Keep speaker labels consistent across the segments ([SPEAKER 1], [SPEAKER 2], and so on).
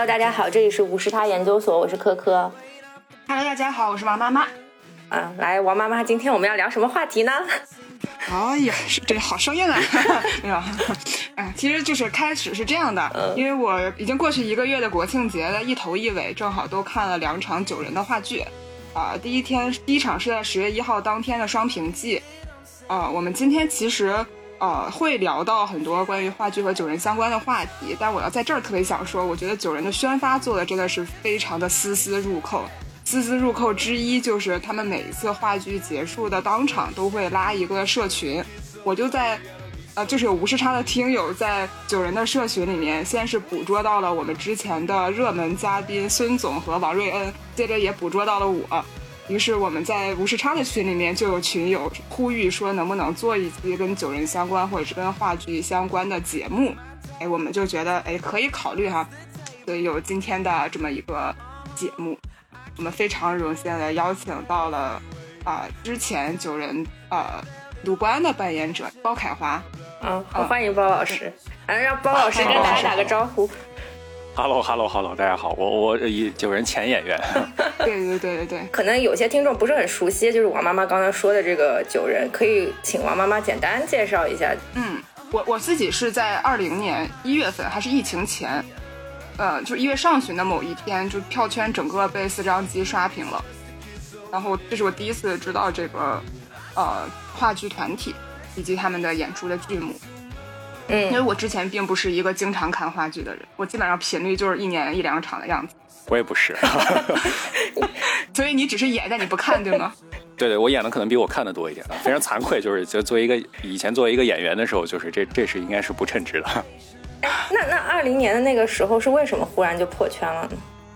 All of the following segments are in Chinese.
[SPEAKER 1] 大家好，这里是无视他研究所，我是科科。
[SPEAKER 2] Hello， 大家好，我是王妈妈。
[SPEAKER 1] 来，王妈妈，今天我们要聊什么话题呢？
[SPEAKER 2] 哎呀，这好生硬啊！没有，其实就是开始是这样的，因为我已经过去1个月的国庆节的一头一尾，正好都看了2场9人的话剧。第一场是在10月1号当天的双屏记。我们今天其实会聊到很多关于话剧和9人相关的话题，但我要在这儿特别想说，我觉得9人的宣发做的真的是非常的丝丝入扣。丝丝入扣之一就是他们每一次话剧结束的当场都会拉一个社群，我就在就是有无视差的听友在9人的社群里面，先是捕捉到了我们之前的热门嘉宾孙总和王瑞恩，接着也捕捉到了我，于是我们在无视差的群里面就有群友呼吁说能不能做一期跟9人相关或者是跟话剧相关的节目，我们就觉得可以考虑哈，所以有今天的这么一个节目。我们非常荣幸的邀请到了之前9人鲁班的扮演者包凯华。
[SPEAKER 1] 欢迎包老师，让包老师跟大家打个招呼。
[SPEAKER 3] Hello， 大家好，我9人前演员。
[SPEAKER 2] 对，
[SPEAKER 1] 可能有些听众不是很熟悉，就是王妈妈刚才说的这个9人，可以请王妈妈简单介绍一下。
[SPEAKER 2] 我自己是在20年1月份，还是疫情前。就1月上旬的某一天，就票圈整个被4张机刷屏了，然后这是我第一次知道这个话剧团体以及他们的演出的剧目。因为我之前并不是一个经常看话剧的人，我基本上频率就是1年1、2场的样子。
[SPEAKER 3] 我也不是。
[SPEAKER 2] 所以你只是演但你不看对吗？
[SPEAKER 3] 对，我演的可能比我看的多一点，非常惭愧，就作为一个演员的时候，就是这是应该是不称职的。
[SPEAKER 1] 那20年的那个时候是为什么忽然就破圈了呢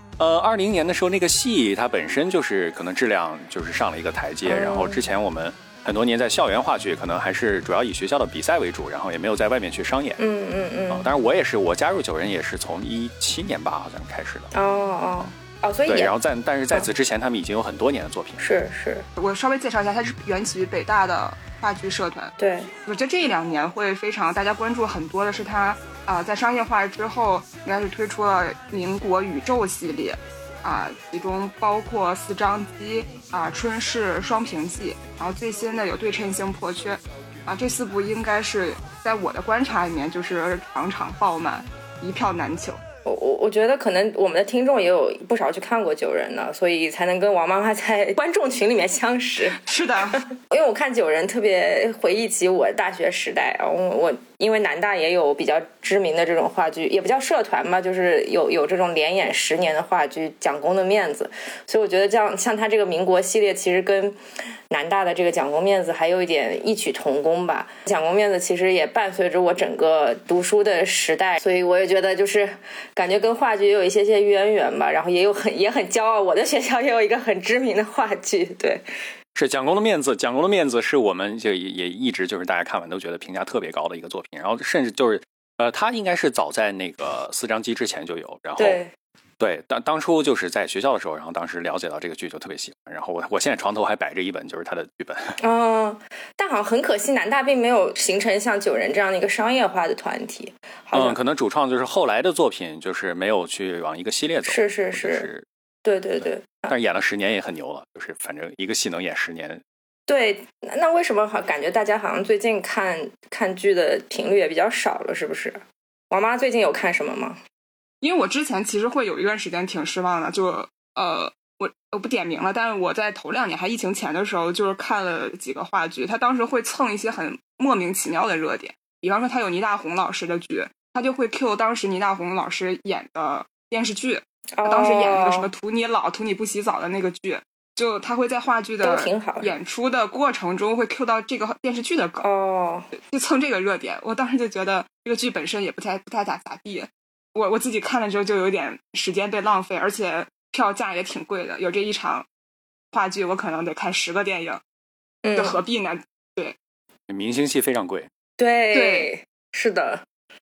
[SPEAKER 3] ？20年的时候那个戏它本身就是可能质量就是上了一个台阶，然后之前我们很多年在校园话剧可能还是主要以学校的比赛为主，然后也没有在外面去商演。当然我加入9人也是从17年吧好像开始的。
[SPEAKER 1] 所以
[SPEAKER 3] 对，然后但是在此之前他们已经有很多年的作品。
[SPEAKER 1] 是
[SPEAKER 2] 我稍微介绍一下，它是源起于北大的话剧社团。
[SPEAKER 1] 对，
[SPEAKER 2] 我觉得这1-2年会非常大家关注很多的是它在商业化之后应该是推出了民国宇宙系列其中包括4张机春逝双屏记，然后最新的有对称性破缺这4部应该是在我的观察里面就是场场爆满，一票难求。
[SPEAKER 1] 我觉得可能我们的听众也有不少去看过9人的，所以才能跟王妈妈在观众群里面相识。
[SPEAKER 2] 是的，
[SPEAKER 1] 因为我看9人特别回忆起我大学时代，我因为南大也有比较知名的这种话剧，也不叫社团嘛，就是有这种连演10年的话剧《蒋公的面子》，所以我觉得像他这个民国系列其实跟南大的这个蒋公面子还有一点异曲同工吧。蒋公面子其实也伴随着我整个读书的时代，所以我也觉得就是感觉跟话剧也有一些渊源吧，然后也很骄傲，我的学校也有一个很知名的话剧。对，
[SPEAKER 3] 是蒋公的面子是我们就也一直就是大家看完都觉得评价特别高的一个作品，然后甚至就是它应该是早在那个4张机之前就有，然后对当初就是在学校的时候，然后当时了解到这个剧就特别喜欢，然后我现在床头还摆着一本就是它的剧本。
[SPEAKER 1] 但好像很可惜南大并没有形成像9人这样的一个商业化的团体。
[SPEAKER 3] 可能主创就是后来的作品就是没有去往一个系列走。
[SPEAKER 1] 是对，
[SPEAKER 3] 但是演了10年也很牛了，就是反正一个戏能演10年。
[SPEAKER 1] 对，那为什么感觉大家好像最近看剧的频率也比较少了，是不是？王妈最近有看什么吗？
[SPEAKER 2] 因为我之前其实会有一段时间挺失望的，就我不点名了，但是我在头2年还疫情前的时候就是看了几个话剧，他当时会蹭一些很莫名其妙的热点，比方说他有倪大红老师的剧，他就会 cue 当时倪大红老师演的电视剧，他当时演那个什么图你老图你不洗澡的那个剧，就他会在话剧的演出的过程中会 cue 到这个电视剧的梗，就蹭这个热点。我当时就觉得这个剧本身也不太咋地，我自己看了之后就有点时间被浪费，而且票价也挺贵的，有这一场话剧我可能得看10个电影，就何必呢？对，
[SPEAKER 3] 明星戏非常贵。
[SPEAKER 2] 对，
[SPEAKER 1] 是的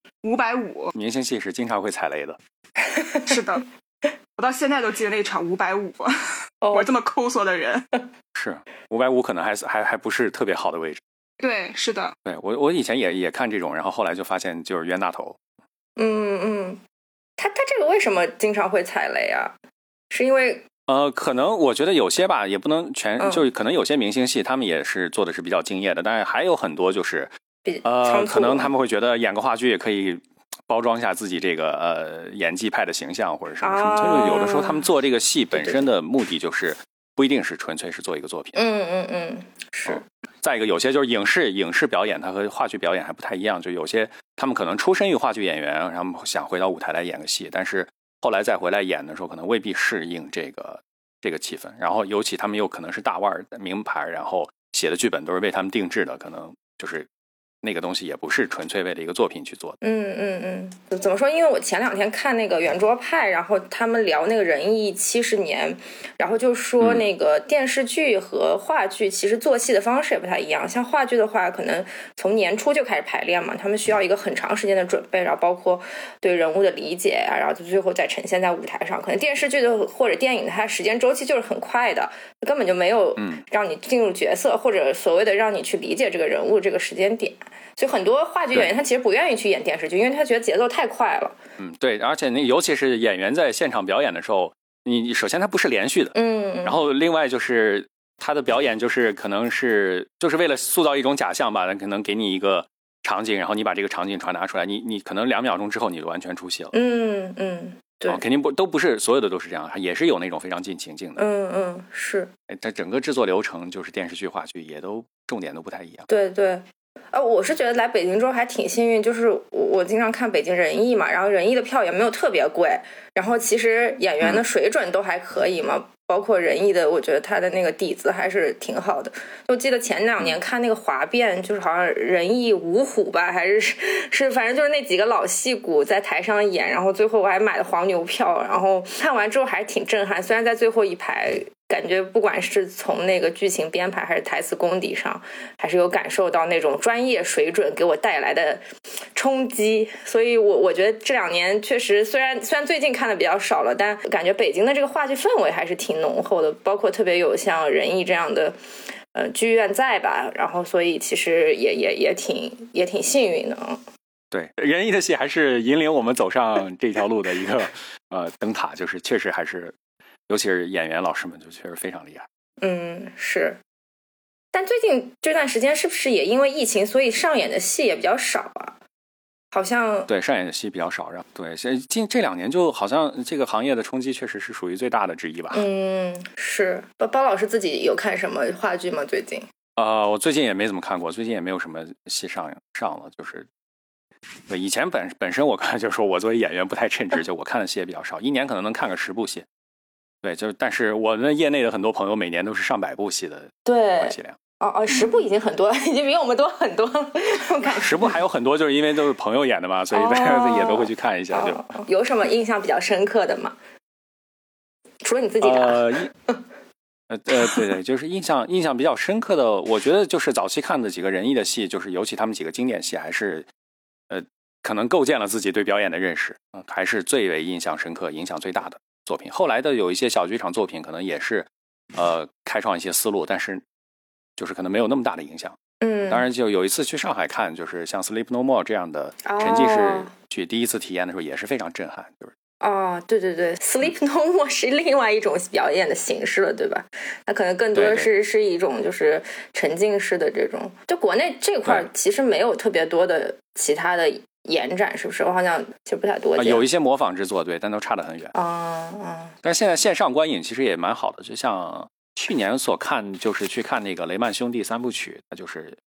[SPEAKER 2] ，550，
[SPEAKER 3] 明星戏是经常会踩雷的。
[SPEAKER 2] 是的，我到现在都记得那场550，我这么抠索的人。
[SPEAKER 3] 是550可能还不是特别好的位置。
[SPEAKER 2] 对，是的。
[SPEAKER 3] 对，我以前也看这种，然后后来就发现就是冤大头。
[SPEAKER 1] 他这个为什么经常会踩雷啊？是因为
[SPEAKER 3] 可能我觉得有些吧，也不能全，就是可能有些明星戏他们也是做的是比较敬业的，但是还有很多就是可能他们会觉得演个话剧也可以包装一下自己这个演技派的形象或者什么什么，就是有的时候他们做这个戏本身的目的就是不一定是纯粹是做一个作品。
[SPEAKER 1] 是。
[SPEAKER 3] 再一个，有些就是影视表演，它和话剧表演还不太一样，就有些他们可能出身于话剧演员，然后想回到舞台来演个戏，但是后来再回来演的时候，可能未必适应这个气氛。然后尤其他们又可能是大腕名牌，然后写的剧本都是为他们定制的，可能就是那个东西也不是纯粹为了一个作品去做的。
[SPEAKER 1] 怎么说？因为我前2天看那个圆桌派，然后他们聊那个仁义70年，然后就说那个电视剧和话剧其实做戏的方式也不太一样。像话剧的话，可能从年初就开始排练嘛，他们需要一个很长时间的准备，然后包括对人物的理解啊，然后最后再呈现在舞台上。可能电视剧的或者电影的，它时间周期就是很快的，根本就没有让你进入角色，或者所谓的让你去理解这个人物这个时间点。所以很多话剧演员他其实不愿意去演电视剧，因为他觉得节奏太快了。
[SPEAKER 3] 对，而且尤其是演员在现场表演的时候，你首先他不是连续的，然后另外就是他的表演就是可能是就是为了塑造一种假象吧，可能给你一个场景，然后你把这个场景传达出来，你可能2秒钟之后你就完全出戏了。对，肯定不是所有的都是这样，也是有那种非常进情境的。
[SPEAKER 1] 是。
[SPEAKER 3] 这整个制作流程就是电视剧、话剧也都重点都不太一样。
[SPEAKER 1] 对。我是觉得来北京之后还挺幸运，就是我经常看北京人艺嘛，然后人艺的票也没有特别贵，然后其实演员的水准都还可以嘛，包括人艺的，我觉得他的那个底子还是挺好的。就记得前2年看那个华变，就是好像人艺五虎吧，还是反正就是那几个老戏骨在台上演，然后最后我还买了黄牛票，然后看完之后还是挺震撼，虽然在最后一排感觉不管是从那个剧情编排还是台词功底上，还是有感受到那种专业水准给我带来的冲击。所以我觉得这2年确实虽然最近看的比较少了，但感觉北京的这个话剧氛围还是挺浓厚的，包括特别有像人艺这样的剧院在吧，然后所以其实也挺幸运的。
[SPEAKER 3] 对，人艺的戏还是引领我们走上这条路的一个灯塔，就是确实还是尤其是演员老师们就确实非常厉害。
[SPEAKER 1] 是。但最近这段时间是不是也因为疫情，所以上演的戏也比较少啊？好像
[SPEAKER 3] 对，上演的戏比较少，对，近这2年就好像这个行业的冲击确实是属于最大的之一吧。
[SPEAKER 1] 是。包老师自己有看什么话剧吗？最近？
[SPEAKER 3] 我最近也没怎么看过，最近也没有什么戏上了，就是对以前本身我看就是说我作为演员不太称职，就我看的戏也比较少，1年可能能看个10部戏。对，但是我们业内的很多朋友每年都是上百部戏的观戏量。
[SPEAKER 1] 10部已经很多了，已经比我们多很多了。
[SPEAKER 3] 10部还有很多，就是因为都是朋友演的嘛，所以大家也都会去看一下。
[SPEAKER 1] 有什么印象比较深刻的吗？除了你自己的？
[SPEAKER 3] 对，就是印象比较深刻的，我觉得就是早期看的几个人艺的戏，就是尤其他们几个经典戏，还是可能构建了自己对表演的认识，还是最为印象深刻、影响最大的作品。后来的有一些小剧场作品，可能也是开创一些思路，但是就是可能没有那么大的影响。当然就有一次去上海看，就是像 Sleep No More 这样的沉浸式剧，第一次体验的时候也是非常震撼。就是
[SPEAKER 1] 对 Sleep No More 是另外一种表演的形式了，对吧？它可能更多的是一种就是沉浸式的这种。就国内这块其实没有特别多的其他的延展，是不是？我好像其实不太多见。
[SPEAKER 3] 有一些模仿制作，对，但都差得很远。但是现在线上观影其实也蛮好的，就像去年所看，就是去看那个雷曼兄弟3部曲，它就是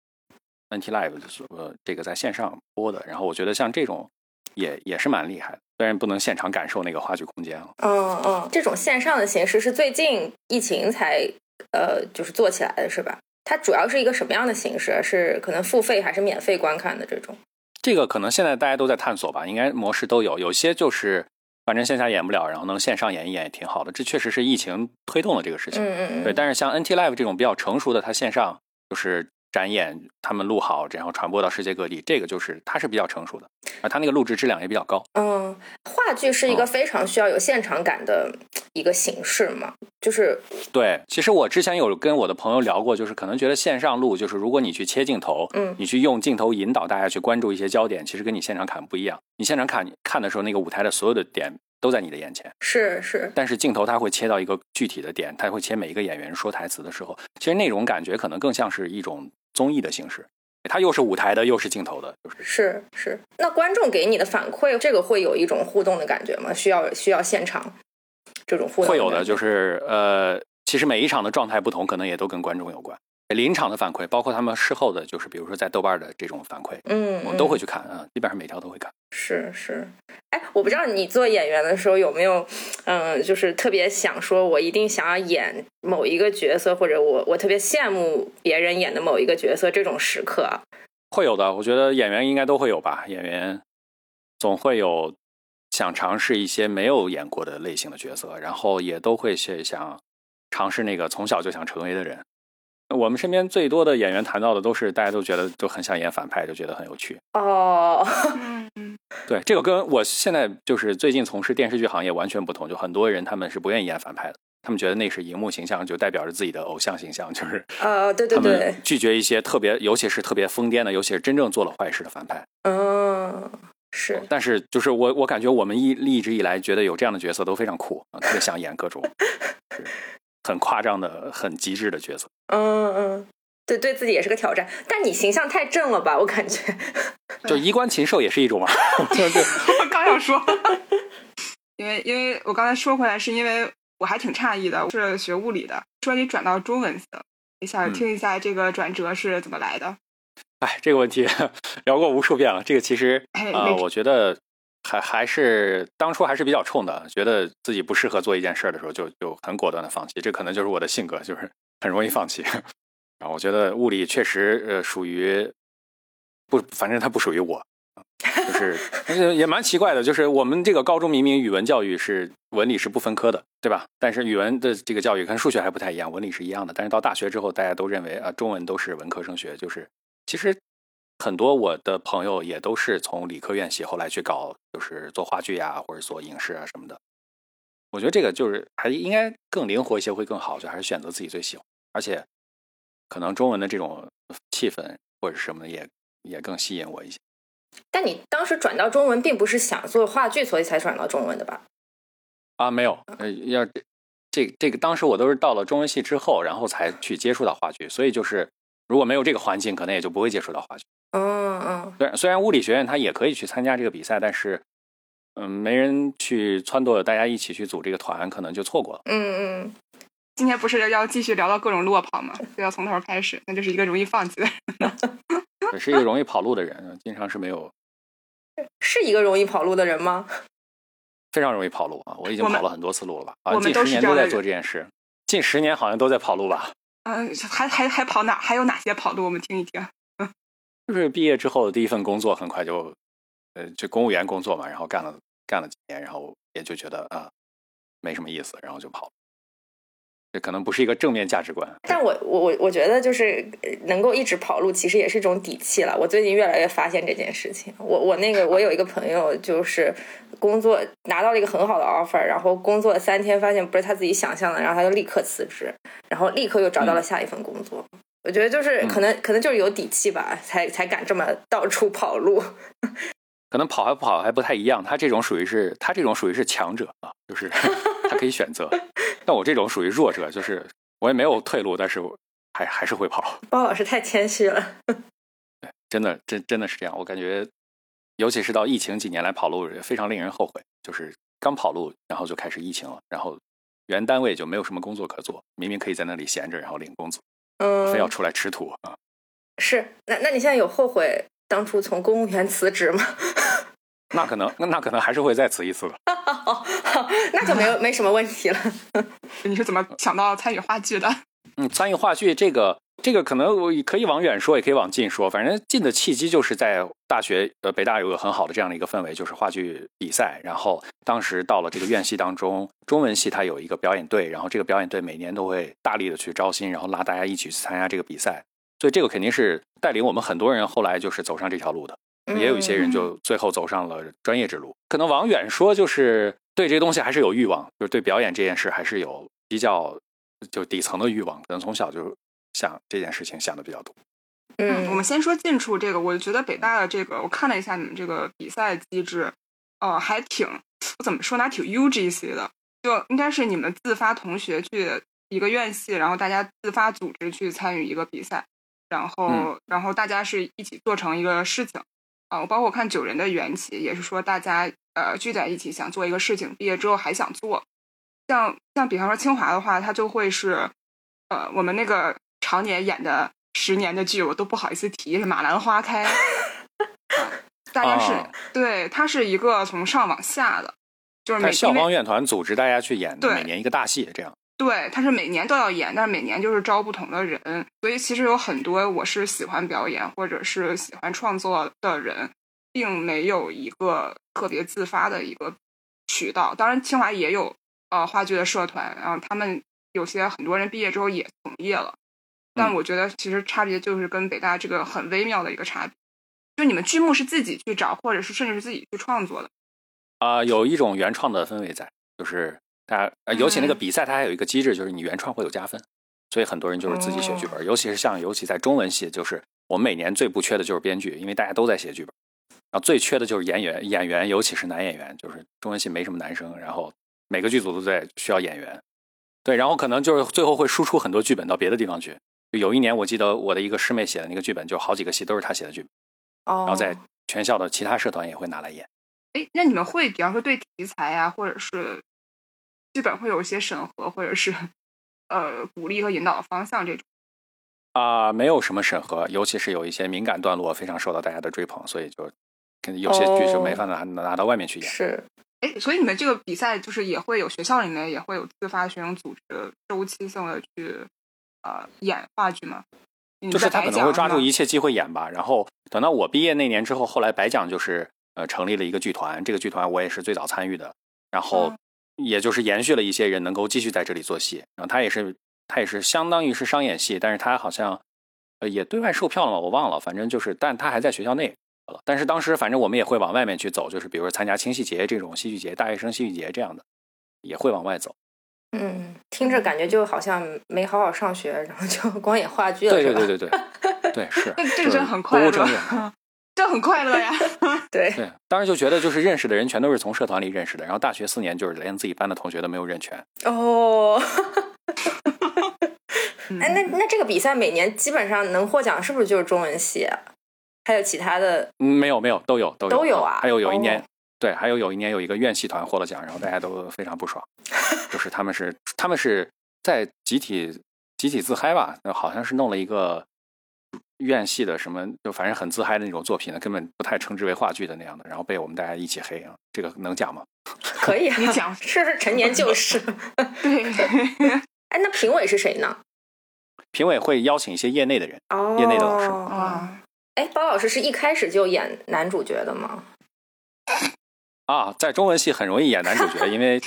[SPEAKER 3] NT Live 这个在线上播的。然后我觉得像这种也是蛮厉害的，虽然不能现场感受那个话剧空间了。
[SPEAKER 1] 这种线上的形式是最近疫情才就是做起来的，是吧？它主要是一个什么样的形式？是可能付费还是免费观看的这种？
[SPEAKER 3] 这个可能现在大家都在探索吧，应该模式都有。有些就是反正线下演不了，然后能线上演一演也挺好的。这确实是疫情推动了这个事情。对，但是像 NT Live 这种比较成熟的，它线上就是展演，他们录好，然后传播到世界各地，这个就是它是比较成熟的，而它那个录制质量也比较高。
[SPEAKER 1] 话剧是一个非常需要有现场感的一个形式嘛，就是
[SPEAKER 3] 对。其实我之前有跟我的朋友聊过，就是可能觉得线上录，就是如果你去切镜头，你去用镜头引导大家去关注一些焦点，其实跟你现场看不一样。你现场看的时候，那个舞台的所有的点都在你的眼前，
[SPEAKER 1] 是，
[SPEAKER 3] 但是镜头它会切到一个具体的点，它会切每一个演员说台词的时候，其实那种感觉可能更像是一种综艺的形式，它又是舞台的又是镜头的，
[SPEAKER 1] 是。那观众给你的反馈，这个会有一种互动的感觉吗？需要现场这种互动？
[SPEAKER 3] 会有的，就是其实每一场的状态不同，可能也都跟观众有关。临场的反馈，包括他们事后的，就是比如说在豆瓣的这种反馈，我们都会去看啊，基本上每条都会看。
[SPEAKER 1] 是，哎，我不知道你做演员的时候有没有，就是特别想说，我一定想要演某一个角色，或者我特别羡慕别人演的某一个角色这种时刻啊。
[SPEAKER 3] 会有的，我觉得演员应该都会有吧。演员总会有想尝试一些没有演过的类型的角色，然后也都会想尝试那个从小就想成为的人。我们身边最多的演员谈到的都是大家都觉得都很想演反派，就觉得很有趣。对，这个跟我现在就是最近从事电视剧行业完全不同，就很多人他们是不愿意演反派的，他们觉得那是荧幕形象，就代表着自己的偶像形象，就是
[SPEAKER 1] 对，他们
[SPEAKER 3] 拒绝一些特别，尤其是特别疯癫的，尤其是真正做了坏事的反派。
[SPEAKER 1] 是。
[SPEAKER 3] 但是就是我感觉我们一直以来觉得有这样的角色都非常酷，特别想演各种很夸张的、很极致的角色。
[SPEAKER 1] 对自己也是个挑战。但你形象太正了吧，我感觉。
[SPEAKER 3] 就衣冠禽兽也是一种嘛。对，
[SPEAKER 2] 我刚要说，因为我刚才说回来，是因为我还挺诧异的，我是学物理的，说你转到中文系的，你想听一下这个转折是怎么来的？
[SPEAKER 3] 这个问题聊过无数遍了。这个其实我觉得还是当初还是比较冲的，觉得自己不适合做一件事的时候就很果断的放弃，这可能就是我的性格，就是很容易放弃。然后我觉得物理确实属于反正它不属于我，就是也蛮奇怪的，就是我们这个高中明明语文教育是文理是不分科的，对吧？但是语文的这个教育跟数学还不太一样，文理是一样的。但是到大学之后，大家都认为中文都是文科生学，就是其实很多我的朋友也都是从理科院系后来去搞，就是做话剧啊，或者做影视啊什么的。我觉得这个就是还应该更灵活一些会更好，就还是选择自己最喜欢，而且可能中文的这种气氛或者什么的也更吸引我一些。
[SPEAKER 1] 但你当时转到中文并不是想做话剧所以才转到中文的吧？
[SPEAKER 3] 没有，这个当时我都是到了中文系之后，然后才去接触到话剧，所以就是如果没有这个环境，可能也就不会接触到话剧。虽然物理学院它也可以去参加这个比赛，但是没人去撺掇大家一起去组这个团，可能就错过了。
[SPEAKER 2] 今天不是要继续聊到各种落跑吗？就要从头开始，那就是一个容易放弃的人。
[SPEAKER 3] 也是一个容易跑路的人，经常是没有。
[SPEAKER 1] 是一个容易跑路的人吗？
[SPEAKER 3] 非常容易跑路啊！我已经跑了很多次路了吧？
[SPEAKER 2] 近
[SPEAKER 3] 10年都在做这件事，近10年好像都在跑路吧？
[SPEAKER 2] 还跑哪？还有哪些跑路？我们听一听。
[SPEAKER 3] 就是毕业之后的第一份工作，很快就公务员工作嘛，然后干了几年，然后也就觉得没什么意思，然后就跑了。这可能不是一个正面价值观。
[SPEAKER 1] 但我觉得就是能够一直跑路，其实也是一种底气了。我最近越来越发现这件事情。我有一个朋友，就是工作拿到了一个很好的 offer， 然后工作3天发现不是他自己想象的，然后他就立刻辞职，然后立刻又找到了下一份工作。我觉得就是可能就是有底气吧，才敢这么到处跑路。
[SPEAKER 3] 可能跑还不跑还不太一样，他这种属于是强者啊，就是他可以选择。但我这种属于弱者，就是我也没有退路，但是还是会跑。
[SPEAKER 1] 包老师太谦虚了。
[SPEAKER 3] 对，真的是这样。我感觉，尤其是到疫情几年来跑路，非常令人后悔。就是刚跑路，然后就开始疫情了，然后原单位就没有什么工作可做，明明可以在那里闲着，然后领工资，非要出来吃土啊。
[SPEAKER 1] 是，那你现在有后悔当初从公务员辞职吗？
[SPEAKER 3] 那可能还是会再辞一次的。
[SPEAKER 1] 那就没什么问题了。
[SPEAKER 2] 你是怎么想到参与话剧的？
[SPEAKER 3] 参与话剧这个可能我可以往远说，也可以往近说。反正近的契机就是在大学，北大有个很好的这样的一个氛围，就是话剧比赛。然后当时到了这个院系当中，中文系它有一个表演队，然后这个表演队每年都会大力的去招新，然后拉大家一起去参加这个比赛。 所以这个肯定是带领我们很多人后来就是走上这条路的，也有一些人就最后走上了专业之路。可能往远说，就是对这个东西还是有欲望，就是对表演这件事还是有比较就底层的欲望，可能从小就想这件事情想的比较多。
[SPEAKER 2] 我们先说近处这个，我觉得北大的这个，我看了一下你们这个比赛机制，还挺，我怎么说呢，挺 UGC 的，就应该是你们自发同学去一个院系，然后大家自发组织去参与一个比赛，然后大家是一起做成一个事情我包括看9人的缘起，也是说大家聚在一起想做一个事情，毕业之后还想做。像比方说清华的话，它就会是我们那个常年演的10年的剧，我都不好意思提，是马兰花开大家是对，它是一个从上往下的，就是
[SPEAKER 3] 校方院团组织大家去演的，每年一个大戏这样。
[SPEAKER 2] 对，它是每年都要演，但是每年就是招不同的人，所以其实有很多我是喜欢表演或者是喜欢创作的人，并没有一个特别自发的一个渠道。当然清华也有话剧的社团，然后他们有些很多人毕业之后也从业了，但我觉得其实差别就是跟北大这个很微妙的一个差别，就你们剧目是自己去找，或者是甚至是自己去创作的
[SPEAKER 3] 有一种原创的氛围在，就是尤其那个比赛它还有一个机制，就是你原创会有加分，所以很多人就是自己写剧本，尤其在中文系，就是我们每年最不缺的就是编剧，因为大家都在写剧本，然后最缺的就是演员，尤其是男演员，就是中文系没什么男生，然后每个剧组都在需要演员，对，然后可能就是最后会输出很多剧本到别的地方去。有一年我记得我的一个师妹写的那个剧本，就好几个戏都是她写的剧本，然后在全校的其他社团也会拿来演。
[SPEAKER 2] 那你们会比方说对题材啊，或者是剧本会有一些审核，或者是鼓励和引导的方向这种
[SPEAKER 3] 没有什么审核，尤其是有一些敏感段落非常受到大家的追捧，所以就有些剧就没法拿到外面去演。
[SPEAKER 1] 是，
[SPEAKER 2] 所以你们这个比赛就是也会有学校里面也会有自发学生组织周期性的去演话剧吗？
[SPEAKER 3] 就是他可能会抓住一切机会演吧。然后等到我毕业那年之后，后来白奖就是成立了一个剧团，这个剧团我也是最早参与的，然后也就是延续了一些人能够继续在这里做戏。然后他也是相当于是商演系，但是他好像也对外售票了吗？我忘了，反正就是但他还在学校内。但是当时反正我们也会往外面去走，就是比如说参加青戏节这种戏剧节、大学生戏剧节这样的，也会往外走。
[SPEAKER 1] 听着感觉就好像没好好上学，然后就光演话剧了。
[SPEAKER 3] 对，是
[SPEAKER 2] 这个真很快乐，这很快乐呀。
[SPEAKER 1] 对，
[SPEAKER 3] 当时就觉得就是认识的人全都是从社团里认识的，然后大学4年就是连自己班的同学都没有认全。
[SPEAKER 1] 那这个比赛每年基本上能获奖是不是就是中文系啊？还有其他的？
[SPEAKER 3] 没有，都有
[SPEAKER 1] 啊。
[SPEAKER 3] 还有一年，对，还有一年有一个院系团获了奖，然后大家都非常不爽，就是他们是在集体自嗨吧，好像是弄了一个院系的什么，就反正很自嗨的那种作品呢，根本不太称之为话剧的那样的，然后被我们大家一起黑啊，这个能讲吗？
[SPEAKER 1] 可以啊，
[SPEAKER 2] 你讲，
[SPEAKER 1] 是陈年旧事。
[SPEAKER 2] 对。
[SPEAKER 1] 那评委是谁呢？
[SPEAKER 3] 评委会邀请一些业内的人，业内的老师。
[SPEAKER 1] 包老师是一开始就演男主角的吗？
[SPEAKER 3] 在中文系很容易演男主角，因为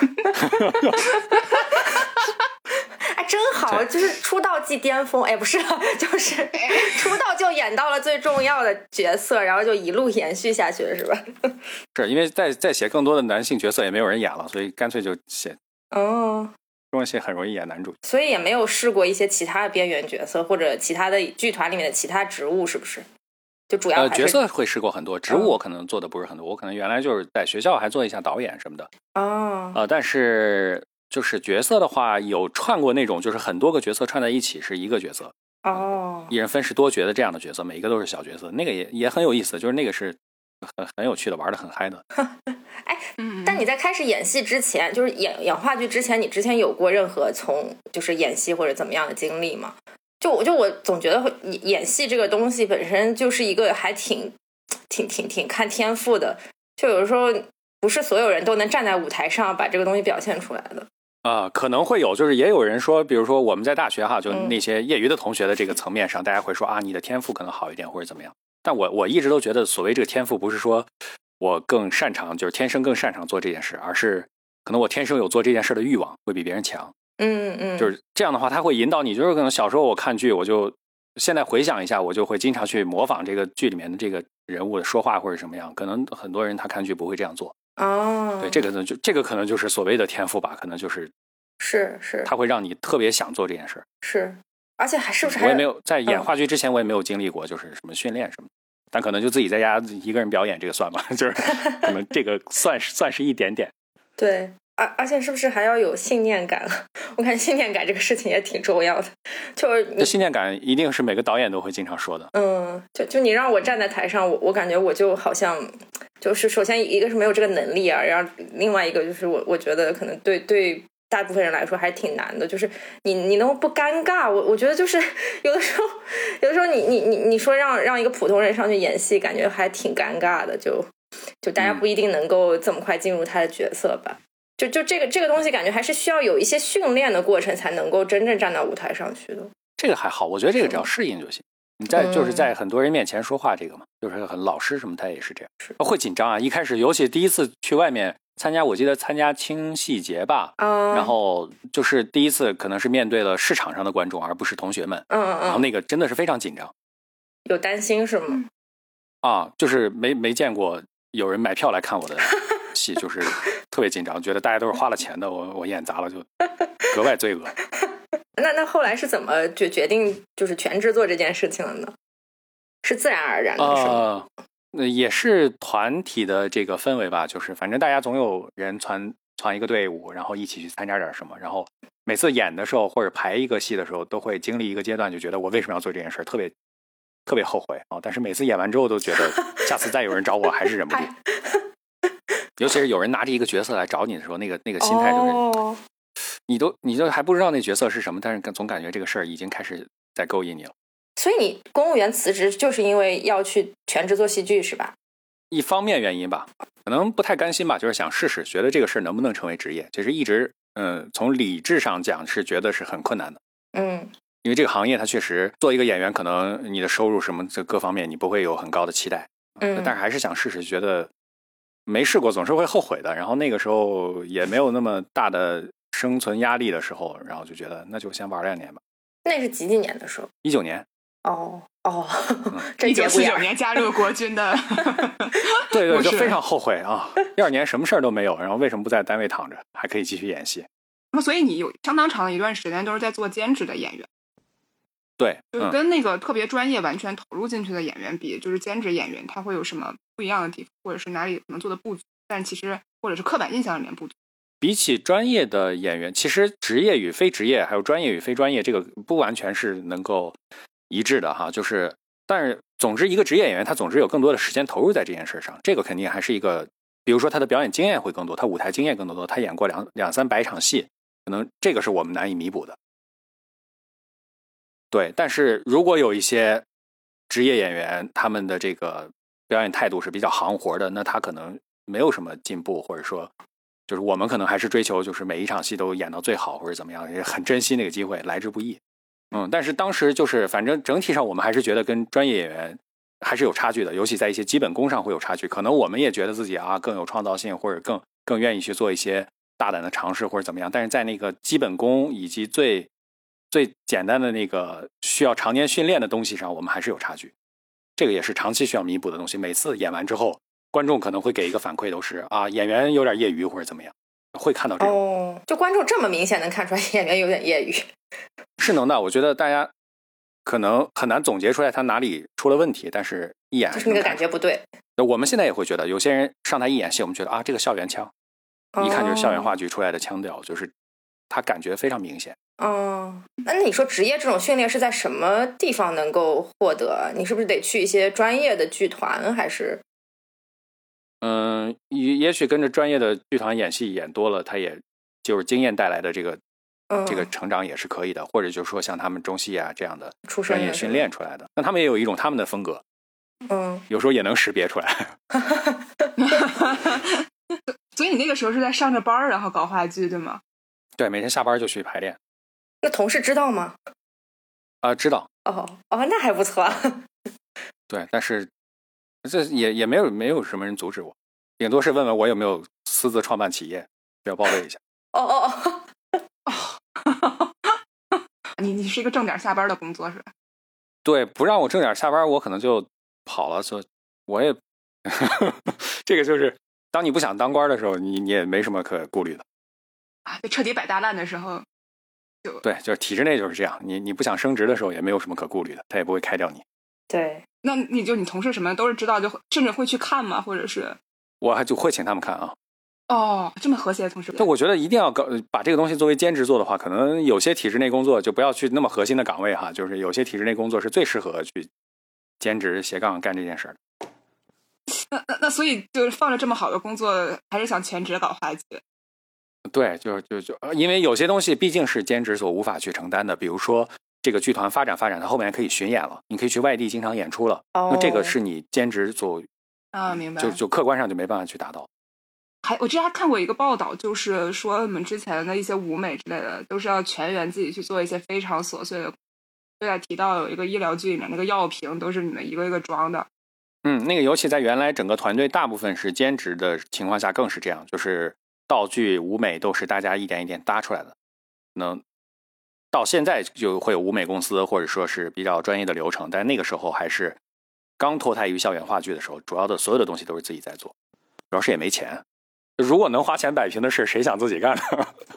[SPEAKER 1] 真好，就是出道即巅峰。不是，就是出道就演到了最重要的角色，然后就一路延续下去了，是吧？
[SPEAKER 3] 是因为再写更多的男性角色也没有人演了，所以干脆就写。中文系很容易演男主，
[SPEAKER 1] 所以也没有试过一些其他的边缘角色或者其他的剧团里面的其他职务，是不是？就主要
[SPEAKER 3] 角色会试过很多，职务我可能做的不是很多，我可能原来就是在学校还做一下导演什么的。但是就是角色的话，有串过那种就是很多个角色串在一起是一个角色。一人分饰多角的这样的角色，每一个都是小角色，那个也很有意思，就是那个是很有趣的，玩的很嗨的。
[SPEAKER 1] 但你在开始演戏之前，就是演话剧之前，你之前有过任何就是演戏或者怎么样的经历吗？就我总觉得演戏这个东西本身就是一个还挺看天赋的，就有的时候不是所有人都能站在舞台上把这个东西表现出来的。
[SPEAKER 3] 可能会有，就是也有人说，比如说我们在大学就那些业余的同学的这个层面上，大家会说你的天赋可能好一点或者怎么样。但我一直都觉得，所谓这个天赋不是说我更擅长，就是天生更擅长做这件事，而是可能我天生有做这件事的欲望会比别人强。就是这样的话，它会引导你。就是可能小时候我看剧，我就现在回想一下，我就会经常去模仿这个剧里面的这个人物的说话或者什么样。可能很多人他看剧不会这样做。对，这个可能就是所谓的天赋吧，可能就是他会让你特别想做这件事。
[SPEAKER 1] 是，而且是不是
[SPEAKER 3] 我也没有在演话剧之前，我也没有经历过就是什么训练什么的，但可能就自己在家一个人表演这个算吧，就是可能这个算是一点点。
[SPEAKER 1] 对。而且是不是还要有信念感？我感觉信念感这个事情也挺重要的。就是
[SPEAKER 3] 这信念感一定是每个导演都会经常说的。
[SPEAKER 1] 就你让我站在台上，我感觉我就好像就是首先一个是没有这个能力啊，然后另外一个就是我觉得可能对大部分人来说还挺难的，就是你能不尴尬？我觉得就是有的时候你说让一个普通人上去演戏，感觉还挺尴尬的，就大家不一定能够这么快进入他的角色吧。就这个东西感觉还是需要有一些训练的过程才能够真正站到舞台上去的。
[SPEAKER 3] 这个还好，我觉得这个只要适应就行。你就是在很多人面前说话，这个嘛，就是很老师什么，他也是这样，会紧张啊。一开始尤其第一次去外面参加，我记得参加青戏节吧，然后就是第一次可能是面对了市场上的观众，而不是同学们，然后那个真的是非常紧张。
[SPEAKER 1] 有担心是吗？
[SPEAKER 3] 就是没见过有人买票来看我的戏，就是特别紧张，觉得大家都是花了钱的，我演砸了就格外罪恶。
[SPEAKER 1] 那后来是怎么决定就是全制作这件事情了呢？是自然而然的是吗？
[SPEAKER 3] 也是团体的这个氛围吧，就是反正大家总有人传一个队伍，然后一起去参加点什么，然后每次演的时候或者排一个戏的时候，都会经历一个阶段，就觉得我为什么要做这件事，特别后悔啊！但是每次演完之后都觉得下次再有人找我还是忍不住。尤其是有人拿着一个角色来找你的时候，那个心态就是，你都还不知道那角色是什么，但是总感觉这个事儿已经开始在勾引你了。
[SPEAKER 1] 所以你公务员辞职就是因为要去全职做戏剧是吧？
[SPEAKER 3] 一方面原因吧，可能不太甘心吧，就是想试试，觉得这个事儿能不能成为职业。其实一直从理智上讲是觉得是很困难的。因为这个行业它确实做一个演员，可能你的收入什么这各方面你不会有很高的期待。但是还是想试试，觉得没试过总是会后悔的。然后那个时候也没有那么大的生存压力的时候，然后就觉得那就先玩2年吧。
[SPEAKER 1] 那是几年的时候
[SPEAKER 3] ？19年。
[SPEAKER 1] 这
[SPEAKER 2] 1949年加入国军的。
[SPEAKER 3] 对，就非常后悔啊！12年什么事儿都没有，然后为什么不在单位躺着，还可以继续演戏？
[SPEAKER 2] 那所以你有相当长的一段时间都是在做兼职的演员。
[SPEAKER 3] 对，
[SPEAKER 2] 就跟那个特别专业完全投入进去的演员比，就是兼职演员他会有什么不一样的地方，或者是哪里可能做的不足，但其实或者是刻板印象里面不足。
[SPEAKER 3] 比起专业的演员，其实职业与非职业还有专业与非专业，这个不完全是能够一致的哈。就是但是总之一个职业演员他总之有更多的时间投入在这件事上，这个肯定还是一个，比如说他的表演经验会更多，他舞台经验更多，他演过200-300场戏，可能这个是我们难以弥补的。对，但是如果有一些职业演员他们的这个表演态度是比较行活的，那他可能没有什么进步，或者说就是我们可能还是追求就是每一场戏都演到最好或者怎么样，也很珍惜那个机会，来之不易。但是当时就是反正整体上我们还是觉得跟专业演员还是有差距的，尤其在一些基本功上会有差距。可能我们也觉得自己更有创造性，或者更愿意去做一些大胆的尝试或者怎么样，但是在那个基本功以及最简单的那个需要常年训练的东西上，我们还是有差距。这个也是长期需要弥补的东西。每次演完之后，观众可能会给一个反馈，都是演员有点业余或者怎么样，会看到这种。
[SPEAKER 1] 就观众这么明显能看出来演员有点业余。
[SPEAKER 3] 是能的，我觉得大家可能很难总结出来他哪里出了问题，但是一眼
[SPEAKER 1] 就是那个感觉不对。
[SPEAKER 3] 我们现在也会觉得，有些人上台一演戏，我们觉得这个校园腔，一看就是校园话剧出来的腔调，就是他感觉非常明显。
[SPEAKER 1] 那你说职业这种训练是在什么地方能够获得？你是不是得去一些专业的剧团，还是？
[SPEAKER 3] 也许跟着专业的剧团演戏演多了，他也就是经验带来的这个成长也是可以的，或者就是说像他们中戏这样的专业训练出来的，那他们也有一种他们的风格，有时候也能识别出来。
[SPEAKER 2] 所以你那个时候是在上着班然后搞话剧对吗？
[SPEAKER 3] 对，每天下班就去排练。
[SPEAKER 1] 那同事知道吗？
[SPEAKER 3] 知道。
[SPEAKER 1] 那还不错。
[SPEAKER 3] 对，但是这也没有什么人阻止我，顶多是问问我有没有私自创办企业，需要报备一下。
[SPEAKER 2] 你是一个正点下班的工作是吧？
[SPEAKER 3] 对，不让我正点下班，我可能就跑了。所以我也这个就是当你不想当官的时候，你也没什么可顾虑的
[SPEAKER 2] 啊。就彻底摆大烂的时候，
[SPEAKER 3] 对，就是体制内就是这样。你不想升职的时候，也没有什么可顾虑的，他也不会开掉你。
[SPEAKER 1] 对，
[SPEAKER 2] 那你同事什么都是知道，就甚至会去看吗？或者是
[SPEAKER 3] 我还就会请他们看啊。
[SPEAKER 2] 哦，这么和谐的同事。
[SPEAKER 3] 但我觉得一定要把这个东西作为兼职做的话，可能有些体制内工作就不要去那么核心的岗位哈，就是有些体制内工作是最适合去兼职斜杠干这件事儿。
[SPEAKER 2] 那所以就是放着这么好的工作，还是想全职搞话剧。
[SPEAKER 3] 对，就因为有些东西毕竟是兼职所无法去承担的，比如说这个剧团发展，它后面可以巡演了，你可以去外地经常演出了，那这个是你兼职所
[SPEAKER 2] 明白，
[SPEAKER 3] 就客观上就没办法去达到。
[SPEAKER 2] 我之前还看过一个报道，就是说你们之前的一些舞美之类的，都是要全员自己去做一些非常琐碎的。对啊，提到有一个医疗剧里面那个药瓶都是你们一个一个装的。
[SPEAKER 3] 那个尤其在原来整个团队大部分是兼职的情况下更是这样，就是道具舞美都是大家一点一点搭出来的。到现在就会有舞美公司或者说是比较专业的流程，但那个时候还是刚脱胎于校园话剧的时候，主要的所有的东西都是自己在做，主要是也没钱。如果能花钱摆平的事，谁想自己干呢？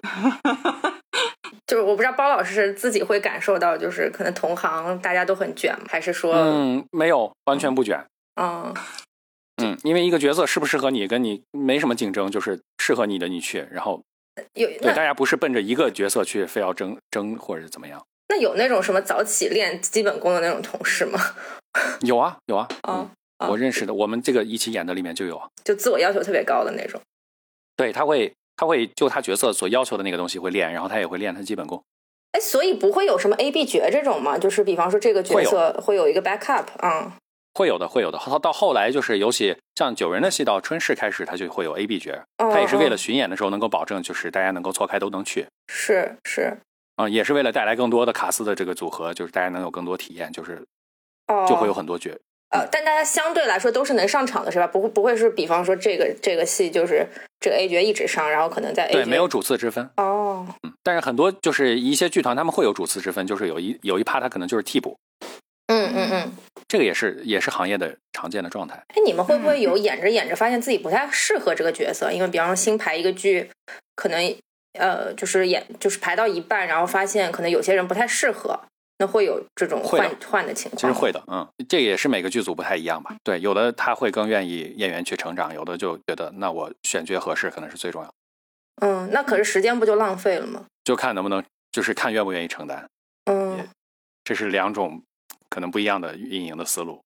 [SPEAKER 1] 就是我不知道包老师自己会感受到，就是可能同行大家都很卷吗？还是说
[SPEAKER 3] 没有，完全不卷。因为一个角色适不适合你，跟你没什么竞争，就是适合你的你去，然后对大家不是奔着一个角色去非要争或者怎么样。
[SPEAKER 1] 那有那种什么早起练基本功的那种同事吗？
[SPEAKER 3] 有啊。我认识的，我们这个一起演的里面就有啊，
[SPEAKER 1] 就自我要求特别高的那种。
[SPEAKER 3] 对，他会就他角色所要求的那个东西会练，然后他也会练他基本功。
[SPEAKER 1] 所以不会有什么 A B 角这种吗？就是比方说这个角色会有一个 backup
[SPEAKER 3] 会有的。到后来就是尤其像9人的戏到春逝开始，他就会有 A B 角，他也是为了巡演的时候能够保证就是大家能够错开都能去。
[SPEAKER 1] 是
[SPEAKER 3] 也是为了带来更多的卡司的这个组合，就是大家能有更多体验，就是就会有很多角。
[SPEAKER 1] 但大家相对来说都是能上场的是吧？不会是比方说这个戏就是这个 A 角一直上，然后可能在 A 角
[SPEAKER 3] 对没有主次之分但是很多就是一些剧团他们会有主次之分，就是有一趴他可能就是替补。这个也是行业的常见的状态。
[SPEAKER 1] 你们会不会有演着演着发现自己不太适合这个角色？因为比方说新排一个剧，可能就是排到一半，然后发现可能有些人不太适合。那会有这种换的情况？
[SPEAKER 3] 其实会的，这也是每个剧组不太一样吧。对，有的他会更愿意演员去成长，有的就觉得那我选角合适可能是最重要。
[SPEAKER 1] 那可是时间不就浪费了吗？
[SPEAKER 3] 就看能不能，就是看愿不愿意承担。这是两种可能不一样的运营的思路。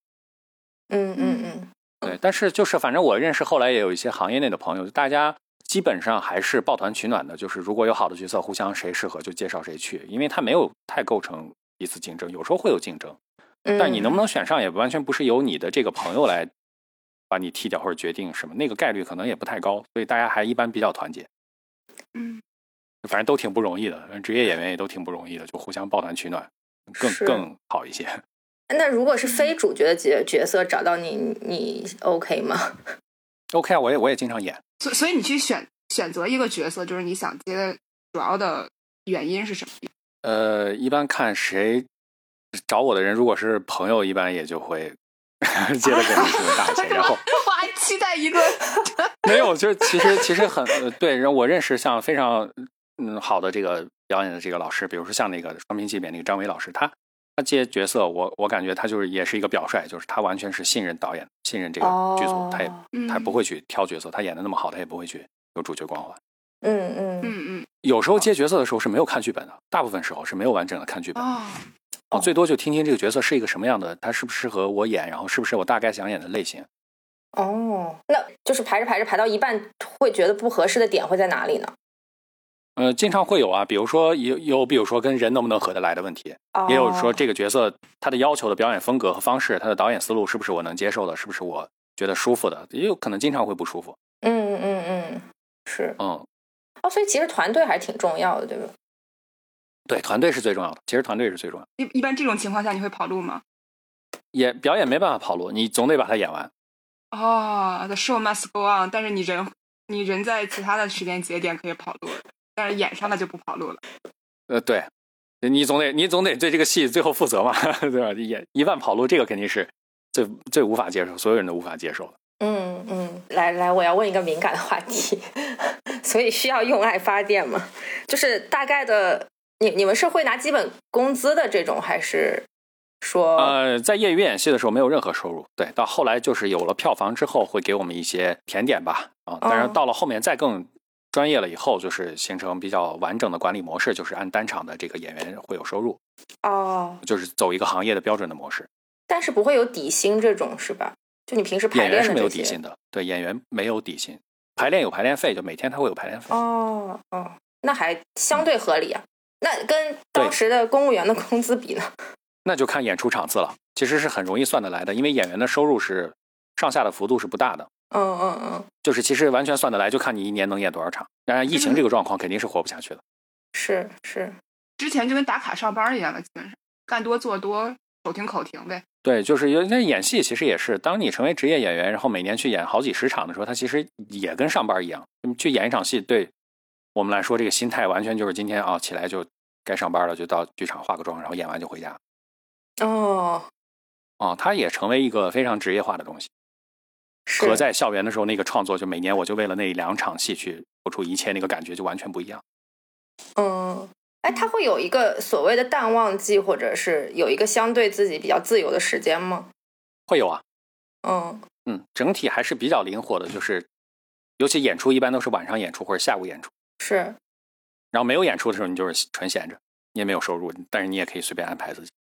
[SPEAKER 3] 对，但是就是反正我认识后来也有一些行业内的朋友，大家基本上还是抱团取暖的，就是如果有好的角色，互相谁适合就介绍谁去，因为他没有太构成彼此竞争，有时候会有竞争，但你能不能选上也完全不是由你的这个朋友来把你踢掉或者决定什么，那个概率可能也不太高，所以大家还一般比较团结。反正都挺不容易的，职业演员也都挺不容易的，就互相抱团取暖更好一些。
[SPEAKER 1] 那如果是非主角的角色找到你 OK 吗？
[SPEAKER 3] OK 啊，我也经常演。
[SPEAKER 2] 所以你去选择一个角色，就是你想接的主要的原因是什么？
[SPEAKER 3] 一般看谁找我的人，如果是朋友，一般也就会接的更大一些。然后
[SPEAKER 2] 我还期待一个
[SPEAKER 3] 没有，就是其实很对。然后我认识像非常好的这个表演的这个老师，比如说像那个双拼戏里面那个张伟老师，他接角色，我感觉他就是也是一个表率，就是他完全是信任导演，信任这个剧组，他不会去挑角色，他演的那么好，他也不会去有主角光环。有时候接角色的时候是没有看剧本的，大部分时候是没有完整的看剧本。最多就听听这个角色是一个什么样的，他适不适合我演，然后是不是我大概想演的类型。
[SPEAKER 1] 那就是排着排到一半，会觉得不合适的点会在哪里呢？
[SPEAKER 3] 经常会有啊，比如说比如说跟人能不能合得来的问题，也有说这个角色他的要求的表演风格和方式，他的导演思路是不是我能接受的，是不是我觉得舒服的，也有可能经常会不舒服。
[SPEAKER 1] 是。所以其实团队还是挺重要的，对吧？
[SPEAKER 3] 对，团队是最重要的，其实团队是最重要的。
[SPEAKER 2] 一般这种情况下你会跑路吗？
[SPEAKER 3] 表演没办法跑路，你总得把它演完。
[SPEAKER 2] The show must go on， 但是你人在其他的时间节点可以跑路，但是演上了就不跑路了。
[SPEAKER 3] 对， 你总得对这个戏最后负责嘛，对吧？一万跑路，这个肯定是最无法接受，所有人都无法接受的。
[SPEAKER 1] 来，我要问一个敏感的话题，所以需要用爱发电吗？就是大概的，你们是会拿基本工资的这种，还是说
[SPEAKER 3] 在业余演戏的时候没有任何收入？对，到后来就是有了票房之后，会给我们一些甜点吧，但是到了后面再更专业了以后，就是形成比较完整的管理模式，就是按单场的这个演员会有收入，就是走一个行业的标准的模式。
[SPEAKER 1] 但是不会有底薪这种是吧？就你平时排练的
[SPEAKER 3] 演员是没有底薪的，对，演员没有底薪，排练有排练费，就每天他会有排练费。
[SPEAKER 1] 那还相对合理啊。那跟当时的公务员的工资比呢？
[SPEAKER 3] 那就看演出场次了，其实是很容易算得来的，因为演员的收入是上下的幅度是不大的。就是其实完全算得来，就看你一年能演多少场。当然，疫情这个状况肯定是活不下去的。
[SPEAKER 1] 是，
[SPEAKER 2] 之前就跟打卡上班一样的，基本上干多做多，手停口停呗。
[SPEAKER 3] 对，就是那演戏其实也是，当你成为职业演员，然后每年去演好几十场的时候，他其实也跟上班一样。去演一场戏，对我们来说，这个心态完全就是今天起来就该上班了，就到剧场化个妆，然后演完就回家。它也成为一个非常职业化的东西。和在校园的时候那个创作，就每年我就为了那2场戏去付出一切，那个感觉就完全不一样。
[SPEAKER 1] 他会有一个所谓的淡旺季，或者是有一个相对自己比较自由的时间吗？
[SPEAKER 3] 会有啊。整体还是比较灵活的，就是尤其演出一般都是晚上演出或者下午演出。
[SPEAKER 1] 是。
[SPEAKER 3] 然后没有演出的时候，你就是纯闲着，你也没有收入，但是你也可以随便安排自己。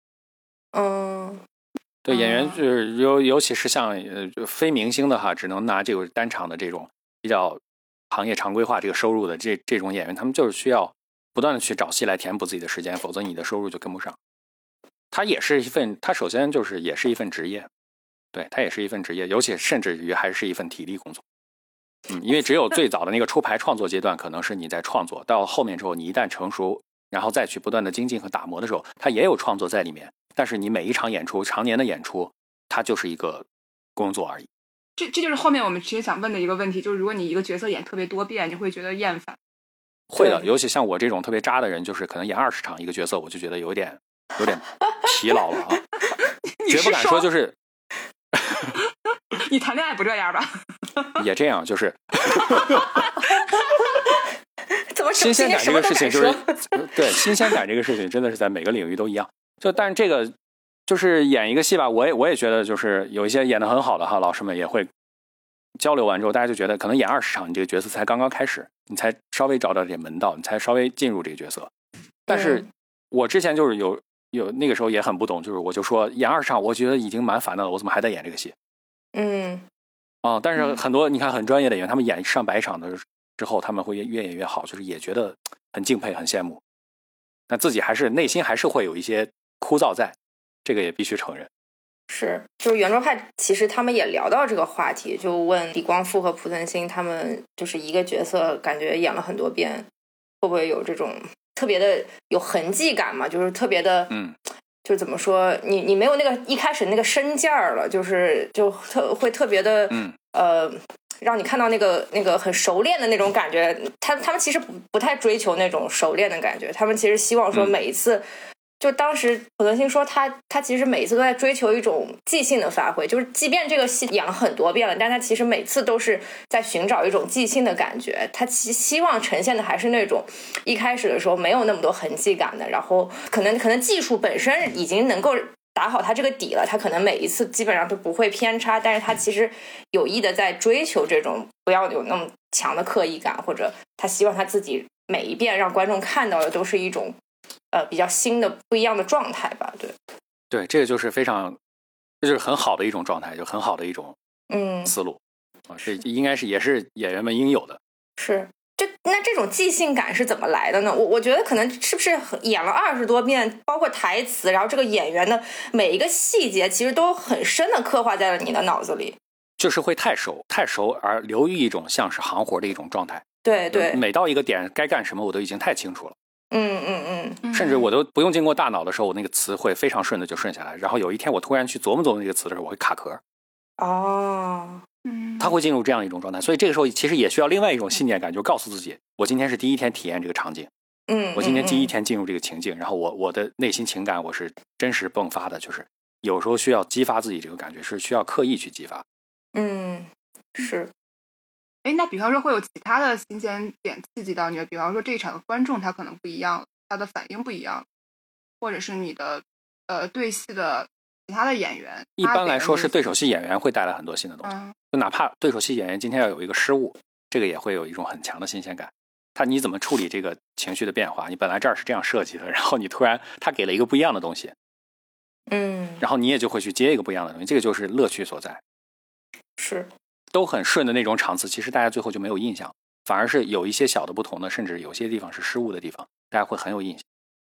[SPEAKER 3] 对，演员就是尤其是像非明星的哈，只能拿这个单场的这种比较行业常规化这个收入的这种演员，他们就是需要不断的去找戏来填补自己的时间，否则你的收入就跟不上。它首先就是也是一份职业，对，它也是一份职业，尤其甚至于还是一份体力工作。因为只有最早的那个出牌创作阶段，可能是你在创作，到后面之后你一旦成熟，然后再去不断的精进和打磨的时候，它也有创作在里面。但是你每一场演出，常年的演出，它就是一个工作而已。
[SPEAKER 2] 这就是后面我们其实想问的一个问题，就是如果你一个角色演特别多遍，你会觉得厌烦？
[SPEAKER 3] 会的，尤其像我这种特别渣的人，就是可能演20场一个角色，我就觉得有点疲劳了啊。绝不敢说就是
[SPEAKER 2] 你谈恋爱不这样吧？
[SPEAKER 3] 也这样，就是
[SPEAKER 1] 怎么
[SPEAKER 3] 新鲜感这个事情就是对新鲜感这个事情真的是在每个领域都一样。但是这个就是演一个戏吧，我也觉得就是有一些演得很好的哈，老师们也会交流完之后，大家就觉得可能演20场，你这个角色才刚刚开始，你才稍微找到点门道，你才稍微进入这个角色。但是我之前就是有那个时候也很不懂，就是我就说演20场，我觉得已经蛮烦的了，我怎么还在演这个戏？但是很多你看很专业的演员，他们演上100场的之后，他们会越演越好，就是也觉得很敬佩、很羡慕。但自己还是内心还是会有一些枯燥在，这个也必须承认。
[SPEAKER 1] 是，就是圆桌派其实他们也聊到这个话题，就问李光复和濮存昕他们就是一个角色感觉演了很多遍，会不会有这种特别的有痕迹感嘛？就是特别的就怎么说，你没有那个一开始那个身劲儿了，就会特别的让你看到那个很熟练的那种感觉。他们其实不太追求那种熟练的感觉，他们其实希望说每一次，就当时濮存昕说他其实每一次都在追求一种即兴的发挥，就是即便这个戏演了很多遍了，但他其实每次都是在寻找一种即兴的感觉。他希望呈现的还是那种一开始的时候没有那么多痕迹感的，然后可能技术本身已经能够打好他这个底了，他可能每一次基本上都不会偏差，但是他其实有意的在追求这种不要有那么强的刻意感，或者他希望他自己每一遍让观众看到的都是一种比较新的不一样的状态吧。对，
[SPEAKER 3] 这个就是这就是很好的一种状态，就很好的一种思路这应该是也是演员们应有的。
[SPEAKER 1] 是，那这种即兴感是怎么来的呢？我觉得可能是不是演了20多遍，包括台词，然后这个演员的每一个细节其实都很深的刻画在了你的脑子里，
[SPEAKER 3] 就是会太熟而流于一种像是行活的一种状态。
[SPEAKER 1] 对，
[SPEAKER 3] 每到一个点该干什么我都已经太清楚了。甚至我都不用经过大脑的时候，我那个词会非常顺的就顺下来，然后有一天我突然去琢磨那个词的时候，我会卡壳。他会进入这样一种状态，所以这个时候其实也需要另外一种信念感，就告诉自己我今天是第一天体验这个场景， 我今天第一天进入这个情境，然后我的内心情感我是真实迸发的，就是有时候需要激发自己这个感觉，是需要刻意去激发。
[SPEAKER 1] 是。
[SPEAKER 2] 那比方说会有其他的新鲜点刺激到你，比方说这一场的观众他可能不一样，他的反应不一样，或者是你的对戏的其他的演员。
[SPEAKER 3] 一般来说是对手戏演员会带来很多新的东西，就哪怕对手戏演员今天要有一个失误，这个也会有一种很强的新鲜感。你怎么处理这个情绪的变化？你本来这儿是这样设计的，然后你突然他给了一个不一样的东西，然后你也就会去接一个不一样的东西，这个就是乐趣所在。
[SPEAKER 1] 是，
[SPEAKER 3] 都很顺的那种场次，其实大家最后就没有印象，反而是有一些小的不同的，甚至有些地方是失误的地方，大家会很有印象。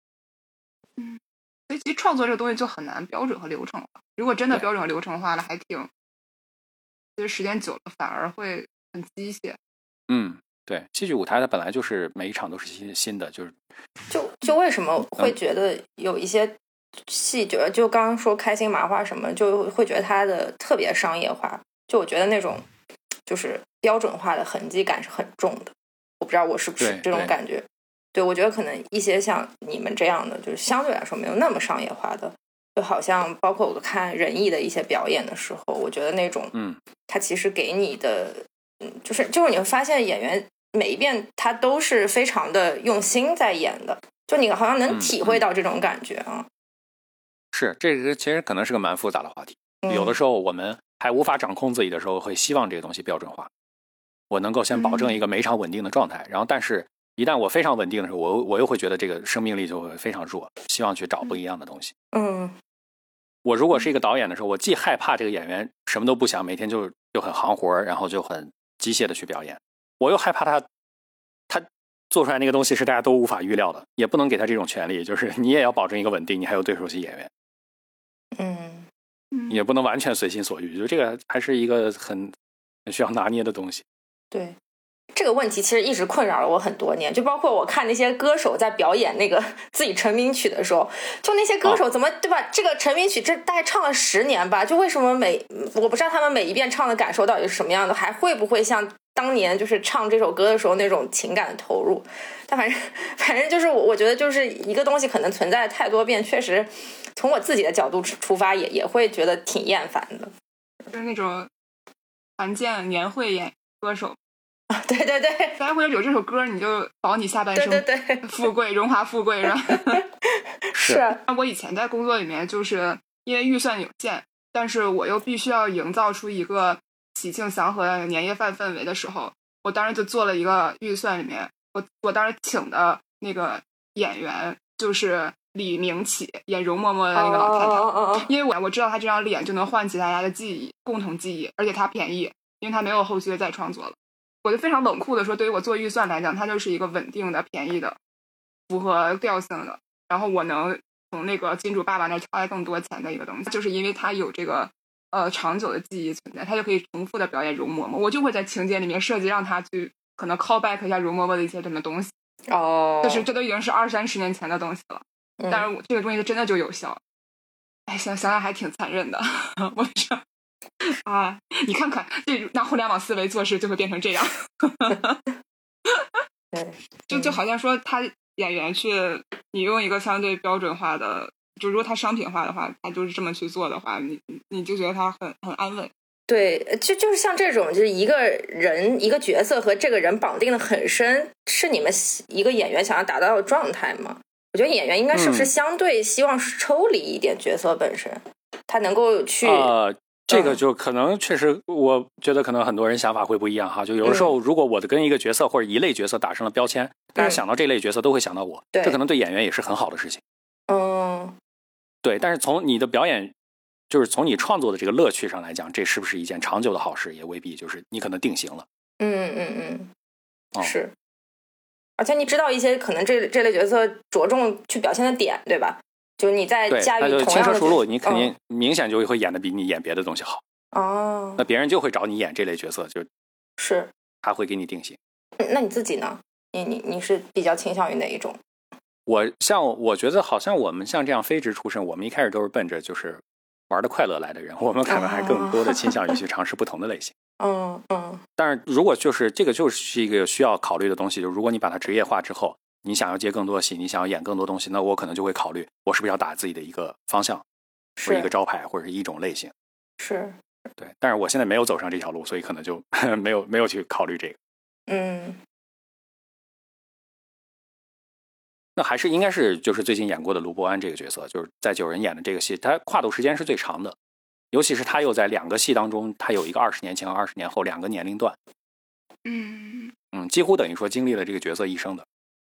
[SPEAKER 2] 所以其实创作这个东西就很难标准和流程了。如果真的标准和流程化了，还挺，其实时间久了反而会很机械。
[SPEAKER 3] 对，戏剧舞台它本来就是每一场都是新的，
[SPEAKER 1] 就为什么会觉得有一些戏就刚刚说开心麻花什么，就会觉得它的特别商业化，就我觉得那种就是标准化的痕迹感是很重的。我不知道我是不是这种感觉。对，我觉得可能一些像你们这样的，就是相对来说没有那么商业化的，就好像包括我看仁义的一些表演的时候，我觉得那种它其实给你的就是你会发现演员每一遍他都是非常的用心在演的，就你好像能体会到这种感觉啊。
[SPEAKER 3] 是，这个其实可能是个蛮复杂的话题。有的时候我们还无法掌控自己的时候，会希望这个东西标准化，我能够先保证一个每场稳定的状态，然后但是一旦我非常稳定的时候，我又会觉得这个生命力就会非常弱，希望去找不一样的东西。我如果是一个导演的时候，我既害怕这个演员什么都不想，每天就很行活，然后就很机械的去表演，我又害怕他做出来那个东西是大家都无法预料的，也不能给他这种权利，就是你也要保证一个稳定，你还有对手戏演员，也不能完全随心所欲，就这个还是一个很需要拿捏的东西。
[SPEAKER 1] 对，这个问题其实一直困扰了我很多年，就包括我看那些歌手在表演那个自己成名曲的时候，就那些歌手怎么对吧？这个成名曲这大概唱了10年吧，就为什么我不知道他们每一遍唱的感受到底是什么样的，还会不会像当年就是唱这首歌的时候那种情感的投入。但反正就是我觉得就是一个东西可能存在太多遍，确实从我自己的角度出发也会觉得挺厌烦的。
[SPEAKER 2] 就是那种团建年会演歌手，
[SPEAKER 1] 对对对，
[SPEAKER 2] 大家会有这首歌，你就保你下半生
[SPEAKER 1] 对
[SPEAKER 2] 富贵荣华富贵，是吧？
[SPEAKER 1] 是。
[SPEAKER 2] 我以前在工作里面，就是因为预算有限，但是我又必须要营造出一个喜庆祥和的年夜饭氛围的时候，我当时就做了一个预算里面，我当时请的那个演员就是李明启演容嬷嬷的那个老太太，因为我知道她这张脸就能唤起大家的记忆，共同记忆，而且她便宜，因为她没有后续的再创作了。我就非常冷酷的说，对于我做预算来讲，它就是一个稳定的、便宜的、符合调性的，然后我能从那个金主爸爸那挑来更多钱的一个东西，就是因为它有这个长久的记忆存在，他就可以重复的表演容嬷嬷。我就会在情节里面设计让他去可能 call back 一下容嬷嬷的一些什么东西。就是这都已经是20-30年前的东西了，但是这个东西真的就有效。想想还挺残忍的。我说啊，你看看这拿互联网思维做事就会变成这样。就好像说他演员去你用一个相对标准化的，就如果他商品化的话，他就是这么去做的话，你就觉得他很安稳。
[SPEAKER 1] 对，就是像这种，就是一个人一个角色和这个人绑定的很深，是你们一个演员想要达到的状态吗？我觉得演员应该是不是相对希望是抽离一点角色本身，他能够去
[SPEAKER 3] 这个就可能确实，我觉得可能很多人想法会不一样哈。就有的时候，如果我的跟一个角色或者一类角色打上了标签，大家想到这类角色都会想到我，这可能对演员也是很好的事情。对，但是从你的表演，就是从你创作的这个乐趣上来讲，这是不是一件长久的好事，也未必。就是你可能定型了。
[SPEAKER 1] 是。而且你知道一些可能这类角色着重去表现的点，对吧？就你在驾驭同样的，
[SPEAKER 3] 轻车熟路，你肯定明显就会演的比你演别的东西好。那别人就会找你演这类角色，就是他会给你定型。
[SPEAKER 1] 那你自己呢？你是比较倾向于哪一种？
[SPEAKER 3] 我觉得好像我们像这样非职出身，我们一开始都是奔着就是玩的快乐来的人，我们可能还更多的倾向于去尝试不同的类型。但是如果就是这个就是一个需要考虑的东西，就如果你把它职业化之后， 你想要接更多的戏，你想要演更多东西，那我可能就会考虑我是不是要打自己的一个方向，或者一个招牌，或者是一种类型。
[SPEAKER 1] 是，
[SPEAKER 3] 对。但是我现在没有走上这条路，所以可能就没有去考虑这个。那还是应该是就是最近演过的卢伯安这个角色，就是在9人演的这个戏，他跨度时间是最长的，尤其是他又在2个戏当中，他有一个20年前和20年后2个年龄段。几乎等于说经历了这个角色一生的。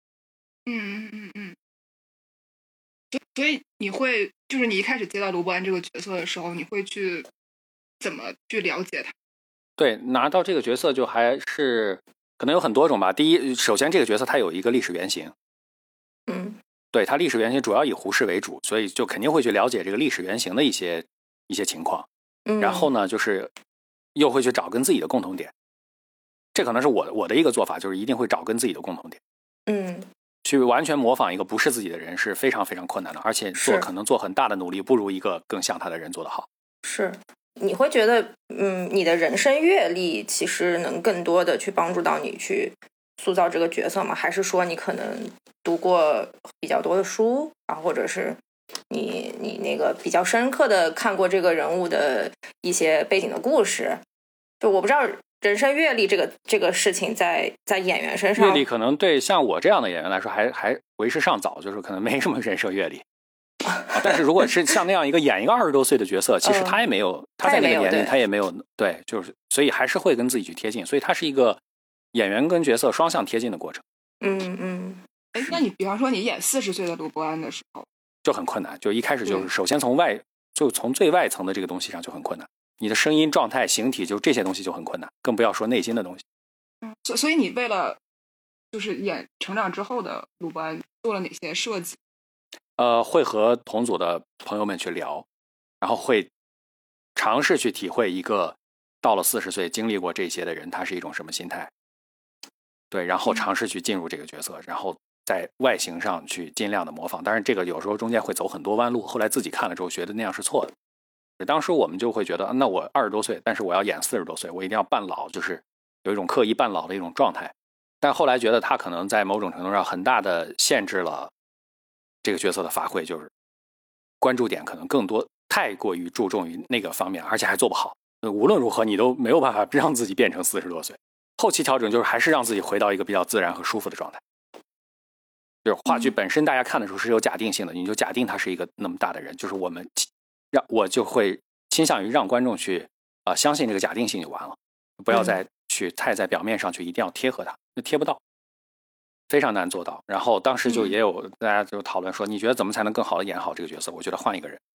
[SPEAKER 2] 所以你会就是你一开始接到卢伯安这个角色的时候，你会去怎么去了解他？
[SPEAKER 3] 对，拿到这个角色就还是可能有很多种吧。第一，首先这个角色他有一个历史原型。对，他历史原型主要以胡适为主，所以就肯定会去了解这个历史原型的一些情况。然后呢，就是又会去找跟自己的共同点。这可能是我的一个做法，就是一定会找跟自己的共同点。去完全模仿一个不是自己的人是非常非常困难的，而且可能做很大的努力，不如一个更像他的人做得好。
[SPEAKER 1] 是，你会觉得你的人生阅历其实能更多的去帮助到你去塑造这个角色吗？还是说你可能读过比较多的书啊，或者是你那个比较深刻的看过这个人物的一些背景的故事？就我不知道人生阅历这个事情在演员身上，
[SPEAKER 3] 阅历可能对像我这样的演员来说还为时尚早，就是可能没什么人生阅历。但是如果是像那样演一个20多岁的角色，其实他也没有，他在那个年龄他也没有，对，就是所以还是会跟自己去贴近，所以他是一个演员跟角色双向贴近的过程。
[SPEAKER 2] 那你比方说你演40岁的卢伯安的时候
[SPEAKER 3] 就很困难，就一开始就是首先从最外层的这个东西上就很困难，你的声音状态形体就这些东西就很困难，更不要说内心的东西。
[SPEAKER 2] 所以你为了就是演成长之后的卢伯安做了哪些设计？
[SPEAKER 3] 会和同组的朋友们去聊，然后会尝试去体会一个到了40岁经历过这些的人他是一种什么心态。对，然后尝试去进入这个角色，然后在外形上去尽量的模仿。当然这个有时候中间会走很多弯路，后来自己看了之后觉得那样是错的。当时我们就会觉得，那我20多岁，但是我要演40多岁，我一定要扮老，就是有一种刻意扮老的一种状态。但后来觉得他可能在某种程度上很大的限制了这个角色的发挥，就是关注点可能更多，太过于注重于那个方面，而且还做不好。无论如何你都没有办法让自己变成40多岁。后期调整就是还是让自己回到一个比较自然和舒服的状态。就是话剧本身大家看的时候是有假定性的，你就假定他是一个那么大的人，就是我就会倾向于让观众去相信这个假定性就完了，不要再去太在表面上去一定要贴合他，那贴不到，非常难做到。然后当时就也有大家就讨论说，你觉得怎么才能更好的演好这个角色？我觉得换一个人。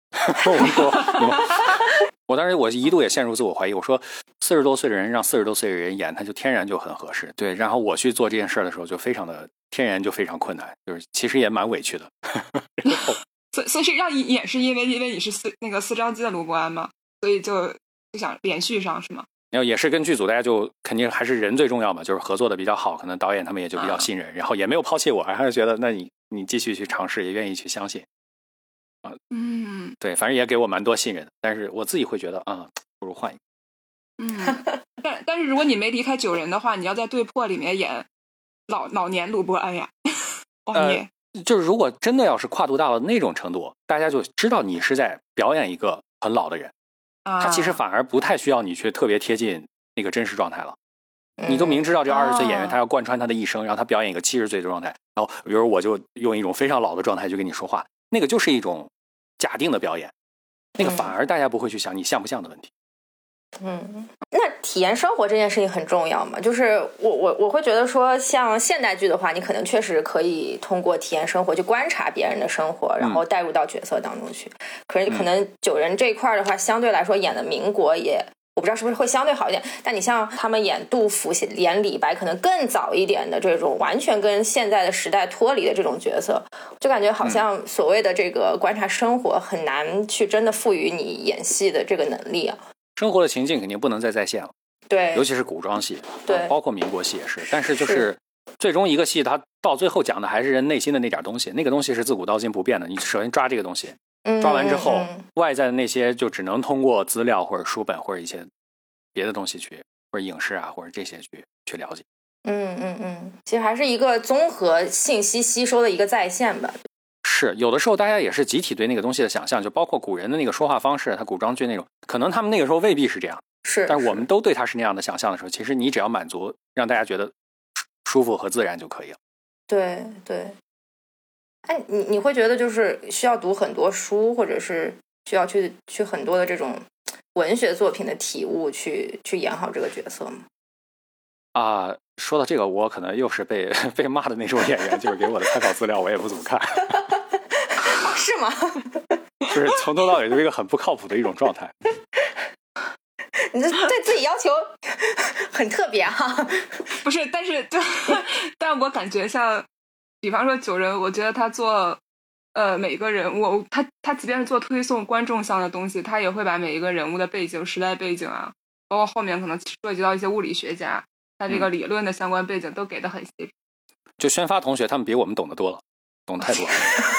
[SPEAKER 3] 我当时我一度也陷入自我怀疑，我说40多岁的人让40多岁的人演，他就天然就很合适。对，然后我去做这件事的时候就非常的天然，就非常困难，就是其实也蛮委屈的。
[SPEAKER 2] 所以是让你演是因为你是那个4张机的卢伯安吗？所以就想连续上是吗？
[SPEAKER 3] 然后也是跟剧组大家就肯定还是人最重要嘛，就是合作的比较好，可能导演他们也就比较信任，然后也没有抛弃我，还是觉得那你继续去尝试，也愿意去相信。对，反正也给我蛮多信任的，但是我自己会觉得不如换一
[SPEAKER 2] 个。但是如果你没离开9人的话，你要在对破里面演老年卢伯安呀。
[SPEAKER 3] 就是如果真的要是跨度大到那种程度，大家就知道你是在表演一个很老的人，他其实反而不太需要你去特别贴近那个真实状态了。你都明知道这20岁演员他要贯穿他的一生，然后他表演一个70岁的状态，然后比如我就用一种非常老的状态去跟你说话，那个就是一种假定的表演，那个反而大家不会去想你像不像的问题。
[SPEAKER 1] 那体验生活这件事情很重要嘛？就是我会觉得说，像现代剧的话，你可能确实可以通过体验生活去观察别人的生活，然后带入到角色当中去。可能9人这一块的话，相对来说演的民国也，我不知道是不是会相对好一点。但你像他们演杜甫、演李白，可能更早一点的这种完全跟现在的时代脱离的这种角色，就感觉好像所谓的这个观察生活很难去真的赋予你演戏的这个能力啊。
[SPEAKER 3] 生活的情境肯定不能再现了，
[SPEAKER 1] 对，
[SPEAKER 3] 尤其是古装戏，
[SPEAKER 1] 对，
[SPEAKER 3] 包括民国戏也是。但是就是最终一个戏，它到最后讲的还是人内心的那点东西，那个东西是自古到今不变的。你首先抓这个东西，抓完之后，外在的那些就只能通过资料或者书本或者一些别的东西去，或者影视啊或者这些去了解。
[SPEAKER 1] 其实还是一个综合信息吸收的一个在线吧。
[SPEAKER 3] 是，有的时候大家也是集体对那个东西的想象，就包括古人的那个说话方式，他古装剧那种，可能他们那个时候未必是这样，
[SPEAKER 1] 是，
[SPEAKER 3] 但是我们都对他是那样的想象的时候，其实你只要满足让大家觉得舒服和自然就可以了。
[SPEAKER 1] 对对。哎，你会觉得就是需要读很多书，或者是需要去很多的这种文学作品的体悟去演好这个角色吗？
[SPEAKER 3] 说到这个，我可能又是被骂的那种演员，就是给我的参考资料我也不怎么看。
[SPEAKER 1] 是吗？
[SPEAKER 3] 就是从头到尾就是一个很不靠谱的一种状态。
[SPEAKER 1] 你这对自己要求很特别哈。
[SPEAKER 2] 不是，但我感觉像，比方说九人，我觉得他做每个人物，他即便是做推送观众向的东西，他也会把每一个人物的背景、时代背景啊，包括后面可能涉及到一些物理学家，他这个理论的相关背景都给的很细致。
[SPEAKER 3] 就宣发同学他们比我们懂得多了，懂得太多了。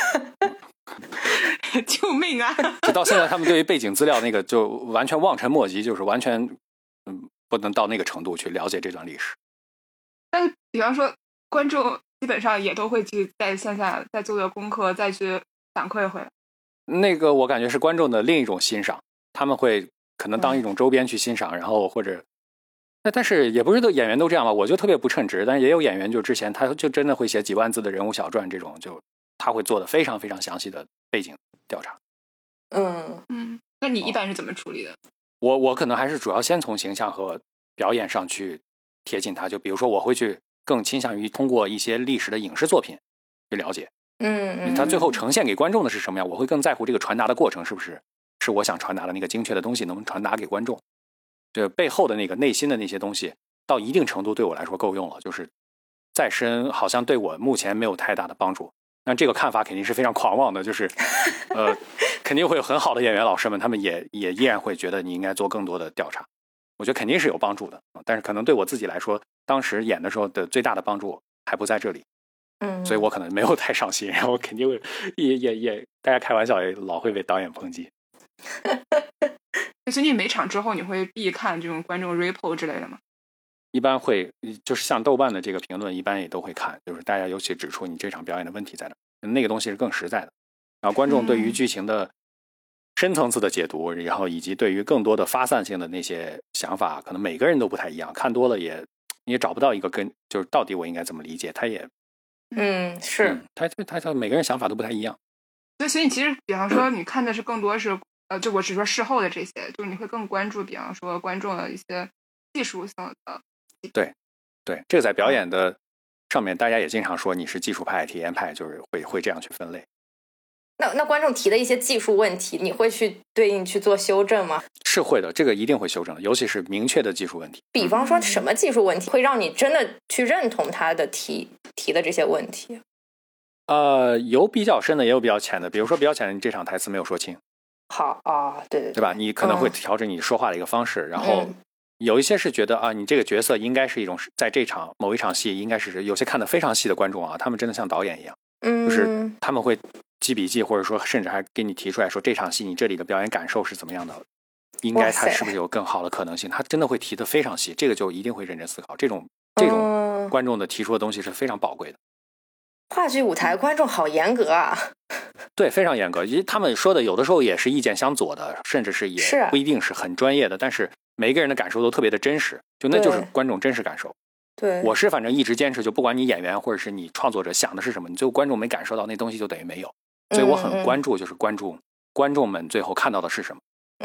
[SPEAKER 2] 救命啊！
[SPEAKER 3] 就到现在他们对于背景资料那个就完全望尘莫及，就是完全不能到那个程度去了解这段历史。
[SPEAKER 2] 但是比方说观众基本上也都会去在线下再做做功课，再去反馈回来。
[SPEAKER 3] 那个我感觉是观众的另一种欣赏，他们会可能当一种周边去欣赏，然后或者但是也不是演员都这样吧，我就特别不称职，但是也有演员就之前他就真的会写几万字的人物小传，这种就他会做的非常非常详细的背景调查。
[SPEAKER 2] 那你一般是怎么处理的？
[SPEAKER 3] 我可能还是主要先从形象和表演上去贴近他，就比如说我会去更倾向于通过一些历史的影视作品去了解，他最后呈现给观众的是什么样，我会更在乎这个传达的过程是不是我想传达的那个精确的东西能不能传达给观众，这背后的那个内心的那些东西到一定程度对我来说够用了，就是再深好像对我目前没有太大的帮助。那这个看法肯定是非常狂妄的，就是肯定会有很好的演员老师们，他们也依然会觉得你应该做更多的调查，我觉得肯定是有帮助的，但是可能对我自己来说当时演的时候的最大的帮助还不在这里，所以我可能没有太上心，然后肯定会也大家开玩笑也老会被导演抨击。
[SPEAKER 2] 所以你每场之后你会必看这种观众 report 之类的吗？
[SPEAKER 3] 一般会，就是像豆瓣的这个评论一般也都会看，就是大家尤其指出你这场表演的问题在哪，那个东西是更实在的。然后观众对于剧情的深层次的解读，然后以及对于更多的发散性的那些想法，可能每个人都不太一样，看多了也找不到一个就是到底我应该怎么理解，他也
[SPEAKER 1] 是
[SPEAKER 3] 他每个人想法都不太一样。
[SPEAKER 2] 对，所以你其实比方说你看的是更多是就我只说事后的这些，就是你会更关注比方说观众的一些技术性的。
[SPEAKER 3] 对，这个在表演的上面，大家也经常说你是技术派、体验派，就是会这样去分类。
[SPEAKER 1] 那观众提的一些技术问题，你会去对应去做修正吗？
[SPEAKER 3] 是会的，这个一定会修正的，尤其是明确的技术问题。
[SPEAKER 1] 比方说什么技术问题会让你真的去认同他的提的这些问题？
[SPEAKER 3] 有比较深的，也有比较浅的。比如说比较浅的，你这场台词没有说清。
[SPEAKER 1] 好啊，对
[SPEAKER 3] 吧？你可能会调整你说话的一个方式，然后有一些是觉得你这个角色应该是一种在这场某一场戏应该是有些看得非常细的观众他们真的像导演一样，就是他们会记笔记，或者说甚至还给你提出来说这场戏你这里的表演感受是怎么样的，应该它是不是有更好的可能性，他真的会提得非常细，这个就一定会认真思考，这种观众的提出的东西是非常宝贵的。
[SPEAKER 1] 话剧舞台观众好严格啊。
[SPEAKER 3] 对，非常严格，因为他们说的有的时候也是意见相左的，甚至是也不一定是很专业的，但是每一个人的感受都特别的真实，就那就是观众真实感受。
[SPEAKER 1] 对，
[SPEAKER 3] 我是反正一直坚持，就不管你演员或者是你创作者想的是什么，你最后观众没感受到那东西就等于没有，所以我很关注，就是关注观众们最后看到的是什么。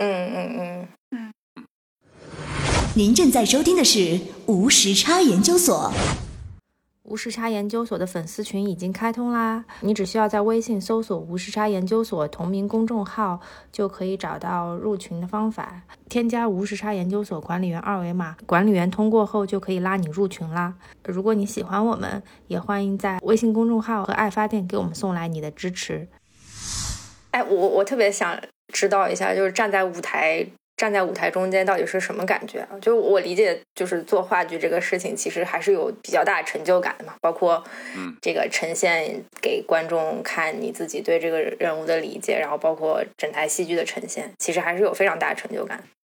[SPEAKER 4] 您正在收听的是无时差研究所。
[SPEAKER 5] 无时差研究所的粉丝群已经开通啦，你只需要在微信搜索无时差研究所同名公众号，就可以找到入群的方法，添加无时差研究所管理员二维码，管理员通过后就可以拉你入群啦。如果你喜欢我们，也欢迎在微信公众号和爱发电给我们送来你的支持。
[SPEAKER 1] 我特别想知道一下，就是站在舞台中间到底是什么感觉？就我理解，就是做话剧这个事情其实还是有比较大的成就感的嘛，包括这个呈现给观众看你自己对这个人物的理解，然后包括整台戏剧的呈现，其实还是有非常大的成就感。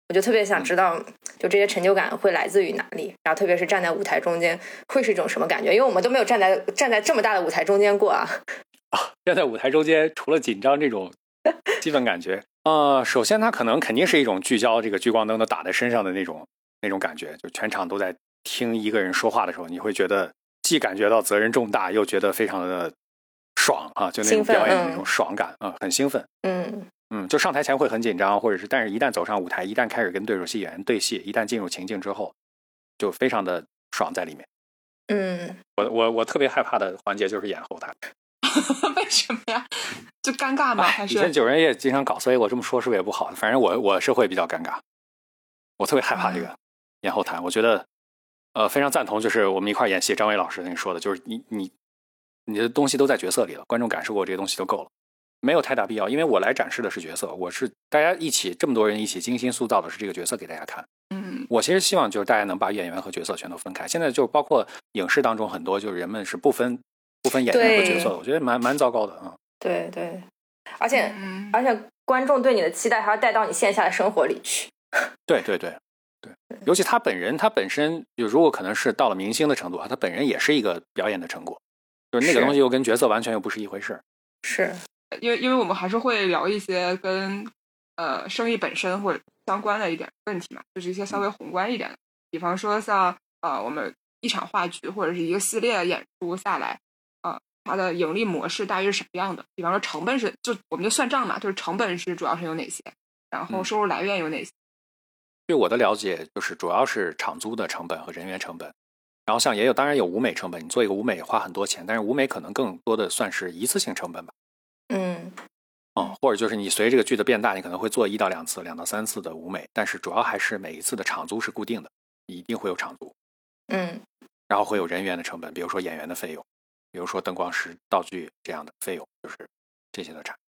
[SPEAKER 1] 我就特别想知道，就这些成就感会来自于哪里，然后特别是站在舞台中间会是一种什么感觉？因为我们都没有站在这么大的舞台中间过啊。
[SPEAKER 3] 站在舞台中间，除了紧张这种基本感觉，首先它肯定是一种聚焦，这个聚光灯都打在身上的那种感觉，就全场都在听一个人说话的时候，你会觉得既感觉到责任重大，又觉得非常的爽啊，就那种表演的那种爽感啊，很兴奋。就上台前会很紧张，或者是但是一旦走上舞台，一旦开始跟对手戏演员对戏，一旦进入情境之后，就非常的爽在里面。我特别害怕的环节就是演后台。
[SPEAKER 2] 为什么呀？就尴尬吗？还是
[SPEAKER 3] 以前9人也经常搞，所以我这么说是不是也不好？反正我是会比较尴尬，我特别害怕这个演后台。我觉得非常赞同，就是我们一块演戏，张伟老师跟你说的，就是你的东西都在角色里了，观众感受过这些东西就够了，没有太大必要。因为我来展示的是角色，我是大家一起这么多人一起精心塑造的是这个角色给大家看。我其实希望就是大家能把演员和角色全都分开。现在就包括影视当中很多就是人们是不分演员和角色的，我觉得蛮糟糕的啊。对，
[SPEAKER 1] 而且观众对你的期待还要带到你线下的生活里去。
[SPEAKER 3] 对，尤其他本身如果可能是到了明星的程度他本人也是一个表演的成果，就是那个东西又跟角色完全又不是一回事。
[SPEAKER 1] 是
[SPEAKER 2] 因为我们还是会聊一些跟生意本身或者相关的一点问题嘛，就是一些稍微宏观一点的，比方说像我们一场话剧或者是一个系列演出下来，它的盈利模式大约是什么样的？比方说成本我们就算账嘛，就是成本主要是有哪些，然后收入来源有哪些？
[SPEAKER 3] 对我的了解，就是主要是场租的成本和人员成本，然后当然有舞美成本，你做一个舞美花很多钱，但是舞美可能更多的算是一次性成本吧。或者就是你随这个剧的变大，你可能会做1到2次、2到3次的舞美，但是主要还是每一次的场租是固定的，一定会有场租。然后会有人员的成本，比如说演员的费用，比如说灯光师、道具这样的费用，就是这些的成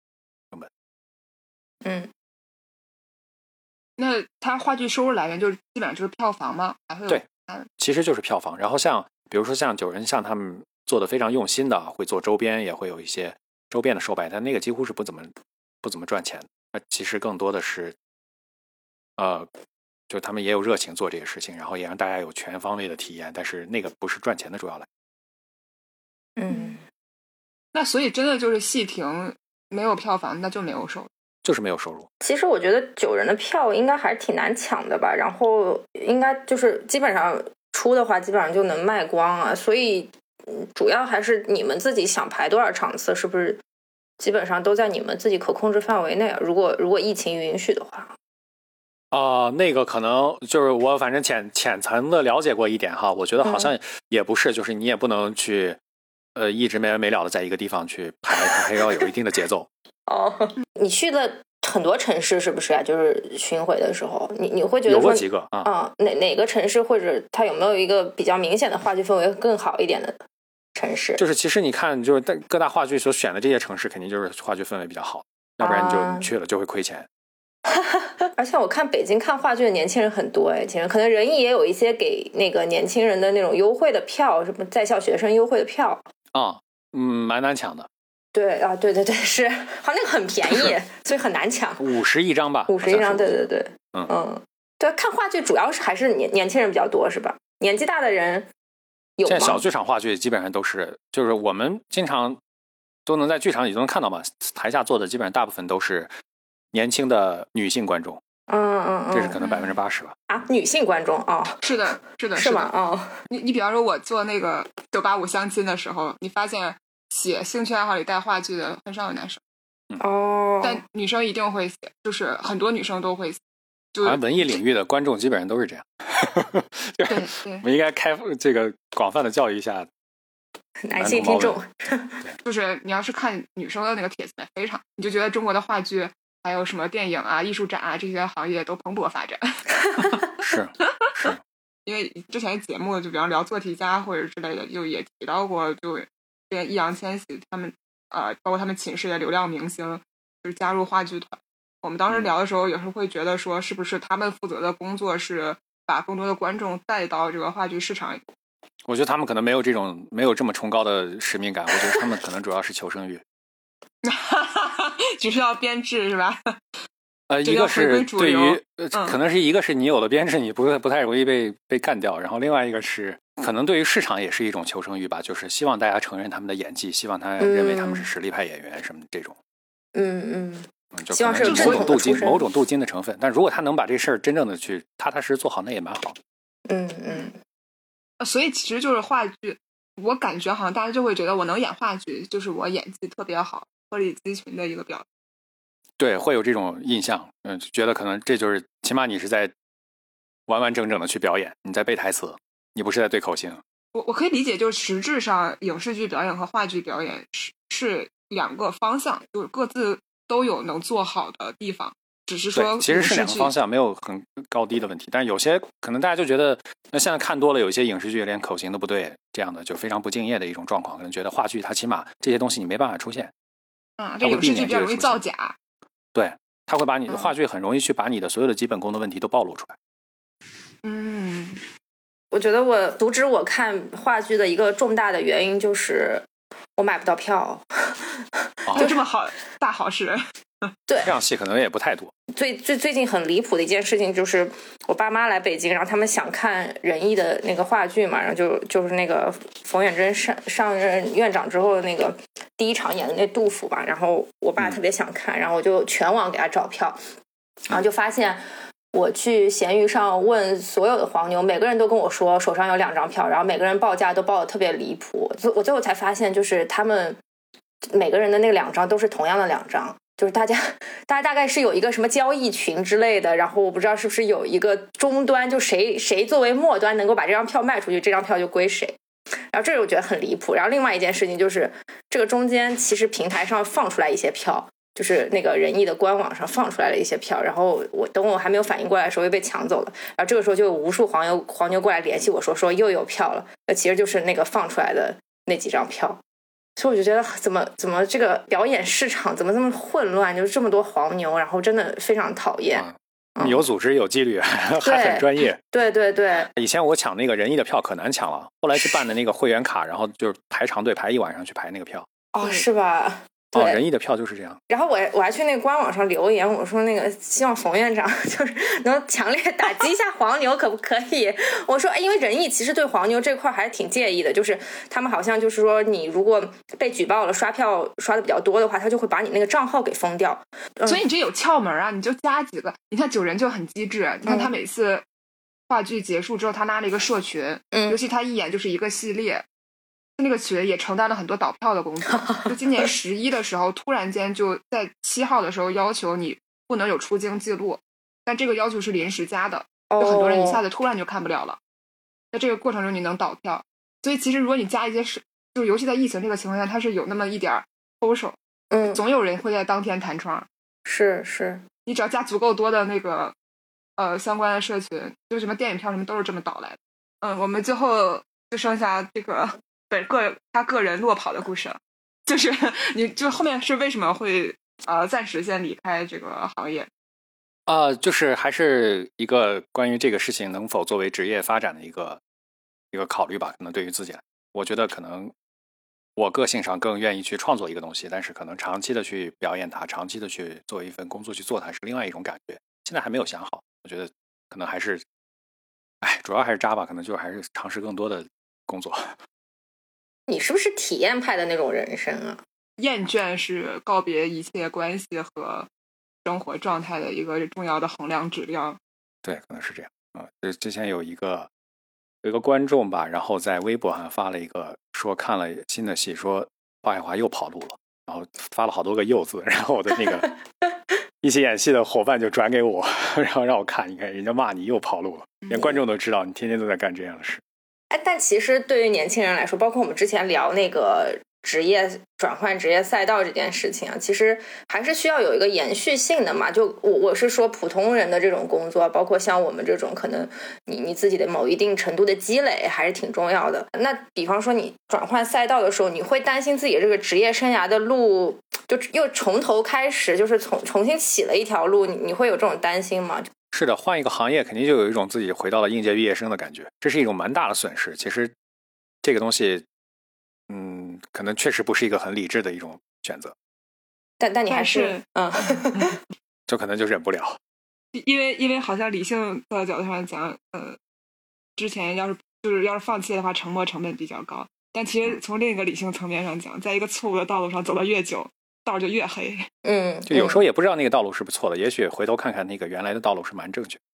[SPEAKER 3] 本。
[SPEAKER 2] 那它话剧收入来源就是基本上就是票房吗？还会有？
[SPEAKER 3] 对，其实就是票房。然后比如说像9人，像他们做的非常用心的，会做周边，也会有一些周边的售卖，但那个几乎是不怎么赚钱。其实更多的是就他们也有热情做这些事情，然后也让大家有全方位的体验，但是那个不是赚钱的主要来源。
[SPEAKER 2] 那所以真的就是戏停没有票房，那就没有收入，
[SPEAKER 3] 就是没有收入。
[SPEAKER 1] 其实我觉得9人的票应该还是挺难抢的吧，然后应该就是基本上出的话基本上就能卖光啊，所以主要还是你们自己想排多少场次，是不是基本上都在你们自己可控制范围内啊？如果疫情允许的话。
[SPEAKER 3] 那个可能就是我反正浅层的了解过一点哈，我觉得好像也不是，就是你也不能去一直没完没了的在一个地方去排，还要有一定的节奏。
[SPEAKER 1] 你去了很多城市是不是啊？就是巡回的时候，你会觉得说
[SPEAKER 3] 有过几个
[SPEAKER 1] 哪个城市或者它有没有一个比较明显的话剧氛围更好一点的城市？
[SPEAKER 3] 就是其实你看，就是各大话剧所选的这些城市，肯定就是话剧氛围比较好，要不然你去了就会亏钱。
[SPEAKER 1] 而且我看北京看话剧的年轻人很多其实可能人艺也有一些给那个年轻人的那种优惠的票，什么在校学生优惠的票
[SPEAKER 3] 蛮难抢的。
[SPEAKER 1] 对是，好像那个很便宜，所以很难抢。
[SPEAKER 3] 50一张吧
[SPEAKER 1] ，50一张，对。对，看话剧主要是还是年轻人比较多是吧？年纪大的人有吗？
[SPEAKER 3] 现在小剧场话剧基本上都是，就是我们经常都能在剧场里都能看到嘛，台下坐的基本上大部分都是年轻的女性观众。这是可能80%吧。
[SPEAKER 1] 女性观众
[SPEAKER 2] 是的，
[SPEAKER 1] 是吗？
[SPEAKER 2] 你比方说我做那个985相亲的时候，你发现写兴趣爱好里带话剧的很少有男生。但女生一定会写，就是很多女生都会写。
[SPEAKER 3] 好像文艺领域的观众基本上都是这样。
[SPEAKER 2] 对，
[SPEAKER 3] 我们应该这个广泛的教育一下
[SPEAKER 1] 男性听众。
[SPEAKER 2] 就是你要是看女生的那个帖子，非常你就觉得中国的话剧还有什么电影啊、艺术展啊这些行业都蓬勃发展。
[SPEAKER 3] 是
[SPEAKER 2] 因为之前节目就比方聊做题家或者之类的，就也提到过，就连易烊千玺他们包括他们寝室的流量明星就是加入话剧团。我们当时聊的时候也是会觉得说，是不是他们负责的工作是把更多的观众带到这个话剧市场。
[SPEAKER 3] 我觉得他们可能没有这么崇高的使命感，我觉得他们可能主要是求生欲。
[SPEAKER 2] 只是要编制是吧？
[SPEAKER 3] 一个是对于可能是一个是你有了编制，你不太容易被干掉，然后另外一个是可能对于市场也是一种求生欲吧，就是希望大家承认他们的演技，希望他认为他们是实力派演员什么这种。就可能是某种镀金的成分，但如果他能把这事儿真正的去踏踏实实做好，那也蛮好的。
[SPEAKER 2] 所以其实就是话剧，我感觉好像大家就会觉得我能演话剧，就是我演技特别好，鹤立鸡群的一个表现。
[SPEAKER 3] 对，会有这种印象，觉得可能这就是起码你是在完完整整的去表演，你在背台词，你不是在对口型。
[SPEAKER 2] 我可以理解，就是实质上影视剧表演和话剧表演是两个方向，就是各自都有能做好的地方，只是说
[SPEAKER 3] 其实是两个方向，没有很高低的问题。但是有些可能大家就觉得，那现在看多了，有一些影视剧连口型都不对，这样的就非常不敬业的一种状况，可能觉得话剧它起码这些东西你没办法出现。
[SPEAKER 2] 这影视剧比较容易造假。
[SPEAKER 3] 对，它会把你的话剧很容易去把你的所有的基本功的问题都暴露出来。
[SPEAKER 1] 我觉得我阻止我看话剧的一个重大的原因就是我买不到票。
[SPEAKER 2] 就这么大好事。
[SPEAKER 1] 对，
[SPEAKER 3] 这样戏可能也不太多。
[SPEAKER 1] 最近很离谱的一件事情就是我爸妈来北京，然后他们想看仁义的那个话剧嘛，然后就是那个冯远征上任院长之后的那个第一场演的那杜甫吧，然后我爸特别想看，然后我就全网给他找票，然后就发现我去闲鱼上问所有的黄牛，每个人都跟我说手上有2张票，然后每个人报价都报得特别离谱，我最后才发现就是他们每个人的那个2张都是同样的2张，就是大家大概是有一个什么交易群之类的，然后我不知道是不是有一个终端，就谁作为末端能够把这张票卖出去，这张票就归谁。然后这个我觉得很离谱。然后另外一件事情就是这个中间其实平台上放出来一些票，就是那个仁义的官网上放出来了一些票，然后等我还没有反应过来的时候又被抢走了，然后这个时候就有无数黄牛过来联系我说又有票了，那其实就是那个放出来的那几张票。所以我就觉得怎么这个表演市场怎么这么混乱，就是这么多黄牛，然后真的非常讨厌。
[SPEAKER 3] 有组织有纪律还很专业。
[SPEAKER 1] 对对对，
[SPEAKER 3] 以前我抢那个仁义的票可难抢了，后来是办的那个会员卡，然后就是排长队排一晚上去排那个票。
[SPEAKER 1] 是吧？
[SPEAKER 3] 仁义的票就是这样。
[SPEAKER 1] 然后我还去那个官网上留言，我说那个希望冯院长就是能强烈打击一下黄牛，可不可以？我说因为仁义其实对黄牛这块还是挺介意的，就是他们好像就是说你如果被举报了刷票刷的比较多的话，他就会把你那个账号给封掉。
[SPEAKER 2] 所以你这有窍门啊，你就加几个。你看九人就很机智，你看他每次话剧结束之后，他拉了一个社群，尤其他一演就是一个系列。那个群也承担了很多倒票的工作，就今年11的时候突然间就在7号的时候要求你不能有出京记录，但这个要求是临时加的，有很多人一下子突然就看不了了，在这个过程中你能倒票。所以其实如果你加一些就尤其在疫情这个情况下，它是有那么一点抠手，总有人会在当天弹窗。
[SPEAKER 1] 是
[SPEAKER 2] 你只要加足够多的那个相关的社群，就什么电影票什么都是这么倒来的。我们最后就剩下这个他个人落跑的故事了，就是你就后面是为什么会暂时先离开这个行业？
[SPEAKER 3] 就是还是一个关于这个事情能否作为职业发展的一个考虑吧。可能对于自己来，我觉得可能我个性上更愿意去创作一个东西，但是可能长期的去表演它，长期的去作为一份工作去做它是另外一种感觉。现在还没有想好，我觉得可能还是主要还是渣吧，可能就还是尝试更多的工作。
[SPEAKER 1] 你是不是体验派的那种人生啊？
[SPEAKER 2] 厌倦是告别一切关系和生活状态的一个重要的衡量指标。
[SPEAKER 3] 对，可能是这样之前有一个观众吧，然后在微博上发了一个说看了新的戏，说华海华又跑路了，然后发了好多个又字，然后我的那个一起演戏的伙伴就转给我，然后让我看，你看人家骂你又跑路了，连观众都知道你天天都在干这样的事。
[SPEAKER 1] 但其实对于年轻人来说，包括我们之前聊那个转换职业赛道这件事情啊，其实还是需要有一个延续性的嘛。就我是说普通人的这种工作，包括像我们这种，可能你自己的某一定程度的积累还是挺重要的。那比方说你转换赛道的时候，你会担心自己这个职业生涯的路就又从头开始，就是重新起了一条路，你会有这种担心吗？
[SPEAKER 3] 是的，换一个行业肯定就有一种自己回到了应届毕业生的感觉，这是一种蛮大的损失。其实这个东西可能确实不是一个很理智的一种选择。
[SPEAKER 1] 但你还是
[SPEAKER 3] 就可能就忍不了。
[SPEAKER 2] 因为好像理性的角度上讲，之前要是放弃的话，沉没成本比较高。但其实从另一个理性层面上讲，在一个错误的道路上走得越久，道就越黑。
[SPEAKER 3] 就有时候也不知道那个道路是不是错的，也许回头看看那个原来的道路是蛮正确。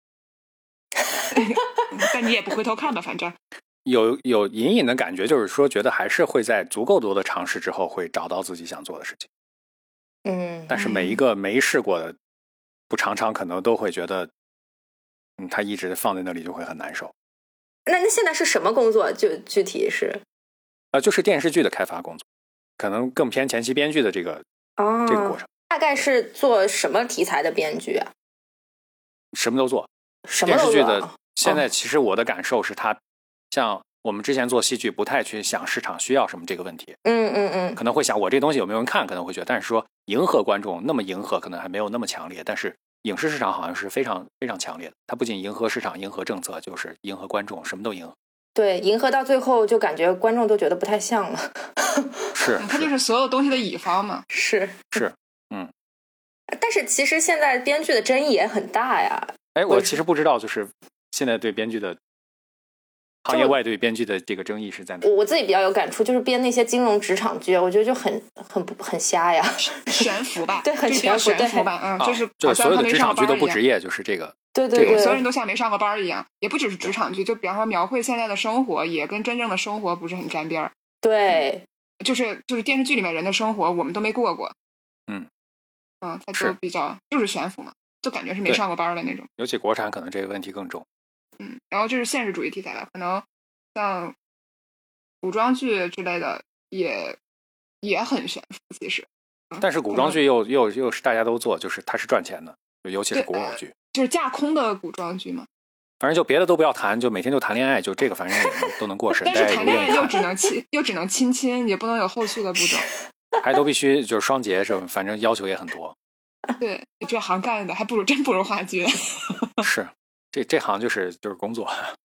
[SPEAKER 2] 但你也不回头看吧，反正
[SPEAKER 3] 有隐隐的感觉，就是说觉得还是会在足够多的尝试之后，会找到自己想做的事情。但是每一个没试过的，不常常可能都会觉得，他一直放在那里就会很难受。
[SPEAKER 1] 那现在是什么工作？就具体是？
[SPEAKER 3] 就是电视剧的开发工作，可能更偏前期编剧的这个过程。
[SPEAKER 1] 大概是做什么题材的编剧啊？
[SPEAKER 3] 什么都做。
[SPEAKER 1] 什么都做。
[SPEAKER 3] 电视剧的现在其实我的感受是，它像我们之前做戏剧，不太去想市场需要什么这个问题。可能会想我这东西有没有人看，可能会觉得，但是说迎合观众，那么迎合可能还没有那么强烈。但是影视市场好像是非常非常强烈的，它不仅迎合市场、迎合政策，就是迎合观众，什么都迎合。
[SPEAKER 1] 对，迎合到最后就感觉观众都觉得不太像了。
[SPEAKER 3] 是，
[SPEAKER 2] 它就是所有东西的乙方嘛。
[SPEAKER 1] 是，
[SPEAKER 5] 但是其实现在编剧的争议也很大呀。
[SPEAKER 3] 我其实不知道，就是现在对编剧的行业外对编剧的这个争议是在哪？
[SPEAKER 1] 我自己比较有感触，就是编那些金融职场剧，我觉得就很瞎呀，
[SPEAKER 2] 悬浮吧，
[SPEAKER 1] 对，很悬
[SPEAKER 2] 浮吧，
[SPEAKER 3] 就是所有的职场剧都不职业，就是这个。
[SPEAKER 1] 对，
[SPEAKER 2] 所有人都像没上过班一样，也不只是职场剧，就比方说描绘现在的生活，也跟真正的生活不是很沾边儿。
[SPEAKER 1] 对，
[SPEAKER 2] 就是电视剧里面人的生活，我们都没过过。它就比较就是悬浮嘛，就感觉是没上过班的那种。
[SPEAKER 3] 尤其国产可能这个问题更重。
[SPEAKER 2] 然后这是现实主义题材吧，可能像古装剧之类的也很悬浮，其实。
[SPEAKER 3] 但是古装剧又是大家都做，就是它是赚钱的，尤其是古偶剧。
[SPEAKER 2] 就是架空的古装剧嘛。
[SPEAKER 3] 反正就别的都不要谈，就每天就谈恋爱，就这个反正也都能过审。
[SPEAKER 2] 但是谈恋爱又只能亲，也不能有后续的步骤。
[SPEAKER 3] 还都必须就是双节，反正要求也很多。
[SPEAKER 2] 对，这行干的还真不如话剧。
[SPEAKER 3] 是，这行就是工作。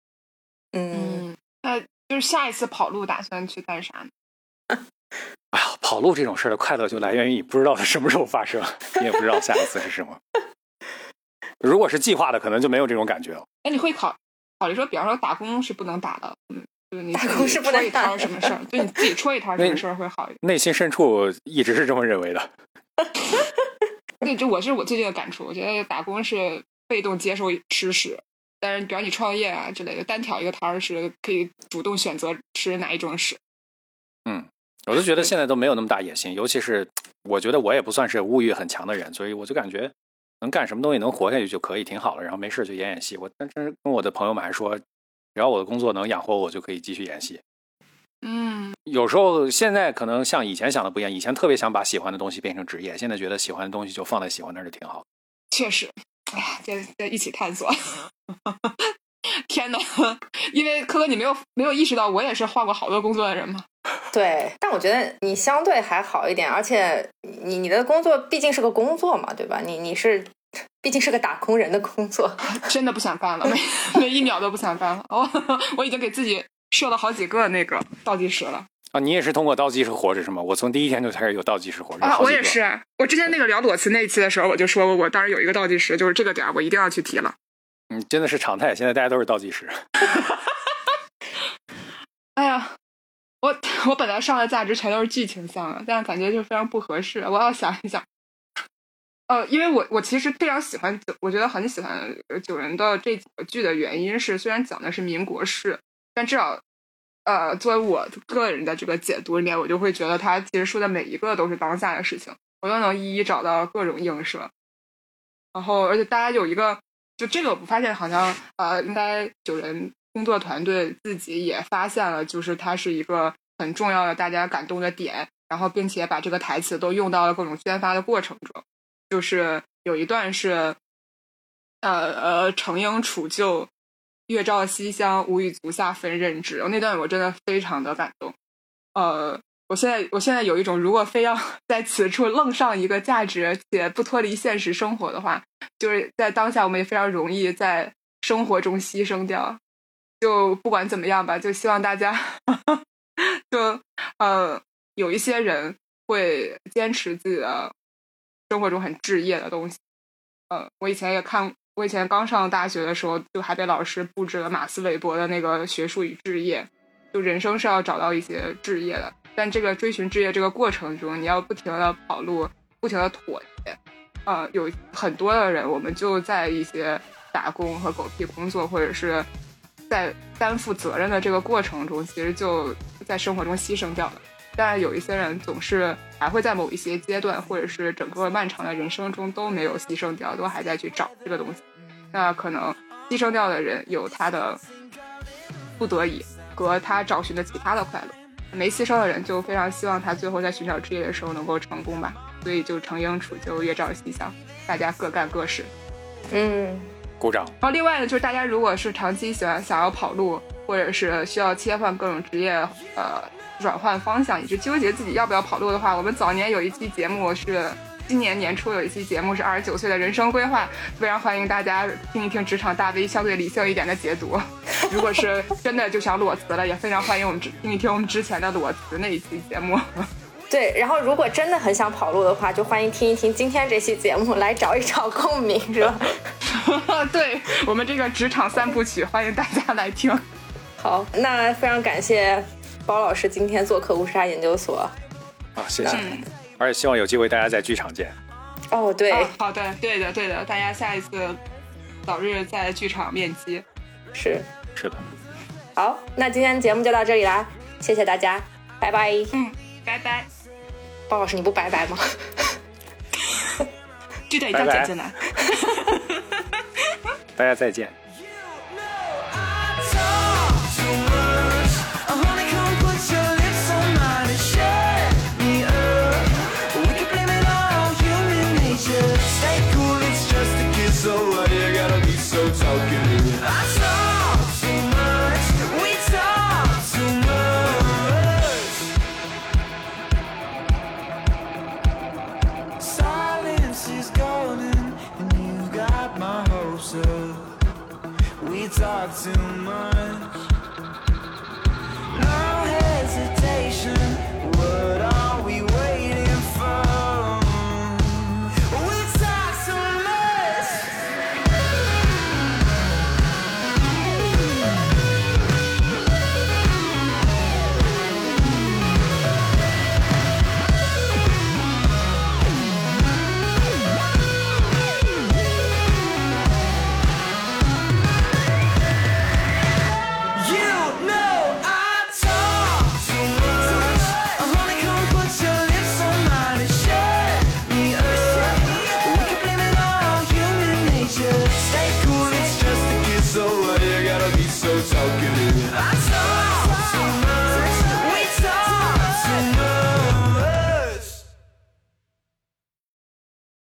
[SPEAKER 2] 那就是下一次跑路打算去干啥呢？
[SPEAKER 3] 哎呀，跑路这种事的快乐就来源于你不知道它什么时候发生，你也不知道下一次是什么。如果是计划的，可能就没有这种感觉了。
[SPEAKER 2] 你会考虑说，比方说打工是不能打的，就是你
[SPEAKER 1] 打工是不能打
[SPEAKER 2] 什么事儿，对你自己戳一摊什么事儿会好一点。
[SPEAKER 3] 内心深处一直是这么认为的。
[SPEAKER 2] 对，这是我最近的感触。我觉得打工是被动接受吃屎，但是比方你创业啊之类的，单挑一个摊儿是可以主动选择吃哪一种屎。
[SPEAKER 3] 我就觉得现在都没有那么大野心，尤其是我觉得我也不算是物欲很强的人，所以我就感觉能干什么东西能活下去就可以挺好了，然后没事就演戏。我但是跟我的朋友们还说，只要我的工作能养活我，就可以继续演戏。有时候现在可能像以前想的不一样，以前特别想把喜欢的东西变成职业，现在觉得喜欢的东西就放在喜欢那儿就挺好。
[SPEAKER 2] 确实，哎呀，这一起探索。天哪！因为柯哥，你没有意识到我也是换过好多工作的人吗？
[SPEAKER 1] 对，但我觉得你相对还好一点，而且你的工作毕竟是个工作嘛，对吧？你毕竟是个打工人的工作，
[SPEAKER 2] 真的不想干了，每一秒都不想干了。我已经给自己设了好几个那个倒计时了。
[SPEAKER 3] 你也是通过倒计时活着是吗？我从第一天就开始有倒计时活着。
[SPEAKER 2] 我也是。我之前那个聊裸辞那一期的时候，我就说过，我当时有一个倒计时，就是这个点我一定要去提了。
[SPEAKER 3] 真的是常态，现在大家都是倒计时。
[SPEAKER 2] 哎呀，我本来上的价值全都是剧情向的，但是感觉就非常不合适。我要想一想。因为我其实非常喜欢，我觉得很喜欢九人的这几个剧的原因是，虽然讲的是民国事，但至少作为我个人的这个解读里面，我就会觉得它其实说的每一个都是当下的事情，我都能一一找到各种映射。然后而且大家有一个就这个我发现好像应该九人工作团队自己也发现了，就是它是一个很重要的大家感动的点，然后并且把这个台词都用到了各种宣发的过程中。就是有一段是程婴处就月照西厢，无与足下分认知，那段我真的非常的感动。我现在有一种，如果非要在此处愣上一个价值且不脱离现实生活的话，就是在当下我们也非常容易在生活中牺牲掉。就不管怎么样吧，就希望大家就有一些人会坚持自己的生活中很置业的东西， 我以前刚上大学的时候，就还被老师布置了马斯韦伯的那个学术与志业，就人生是要找到一些志业的，但这个追寻志业这个过程中，你要不停的跑路，不停的妥协。有很多的人，我们就在一些打工和狗屁工作，或者是在担负责任的这个过程中，其实就在生活中牺牲掉了。但有一些人总是还会在某一些阶段，或者是整个漫长的人生中都没有牺牲掉，都还在去找这个东西。那可能牺牲掉的人有他的不得已和他找寻的其他的快乐，没牺牲的人就非常希望他最后在寻找职业的时候能够成功吧。所以就成鹰处就月照西厢，大家各干各事。
[SPEAKER 3] 鼓掌。
[SPEAKER 2] 然后另外呢，就是大家如果是长期想要跑路，或者是需要切换各种职业转换方向，一直纠结自己要不要跑路的话，我们早年有一期节目是今年年初有一期节目是29岁的人生规划，非常欢迎大家听一听职场大 V 相对理性一点的解读。如果是真的就想裸辞了，也非常欢迎我们听一听我们之前的裸辞那一期节目。
[SPEAKER 1] 对，然后如果真的很想跑路的话，就欢迎听一听今天这期节目，来找一找共鸣，是吧？
[SPEAKER 2] 对，我们这个职场3部曲，欢迎大家来听。
[SPEAKER 1] 好，那非常感谢包老师今天做客乌沙研究所。
[SPEAKER 3] 谢谢。而且希望有机会大家在剧场见。
[SPEAKER 1] 对，
[SPEAKER 2] 好的，对的，大家下一次早日在剧场面基。
[SPEAKER 3] 是的。
[SPEAKER 1] 好，那今天节目就到这里啦，谢谢大家，拜拜。
[SPEAKER 2] 拜拜。
[SPEAKER 1] 包老师，你不拜拜吗？
[SPEAKER 2] 这段一定要剪进来。
[SPEAKER 3] 大家再见。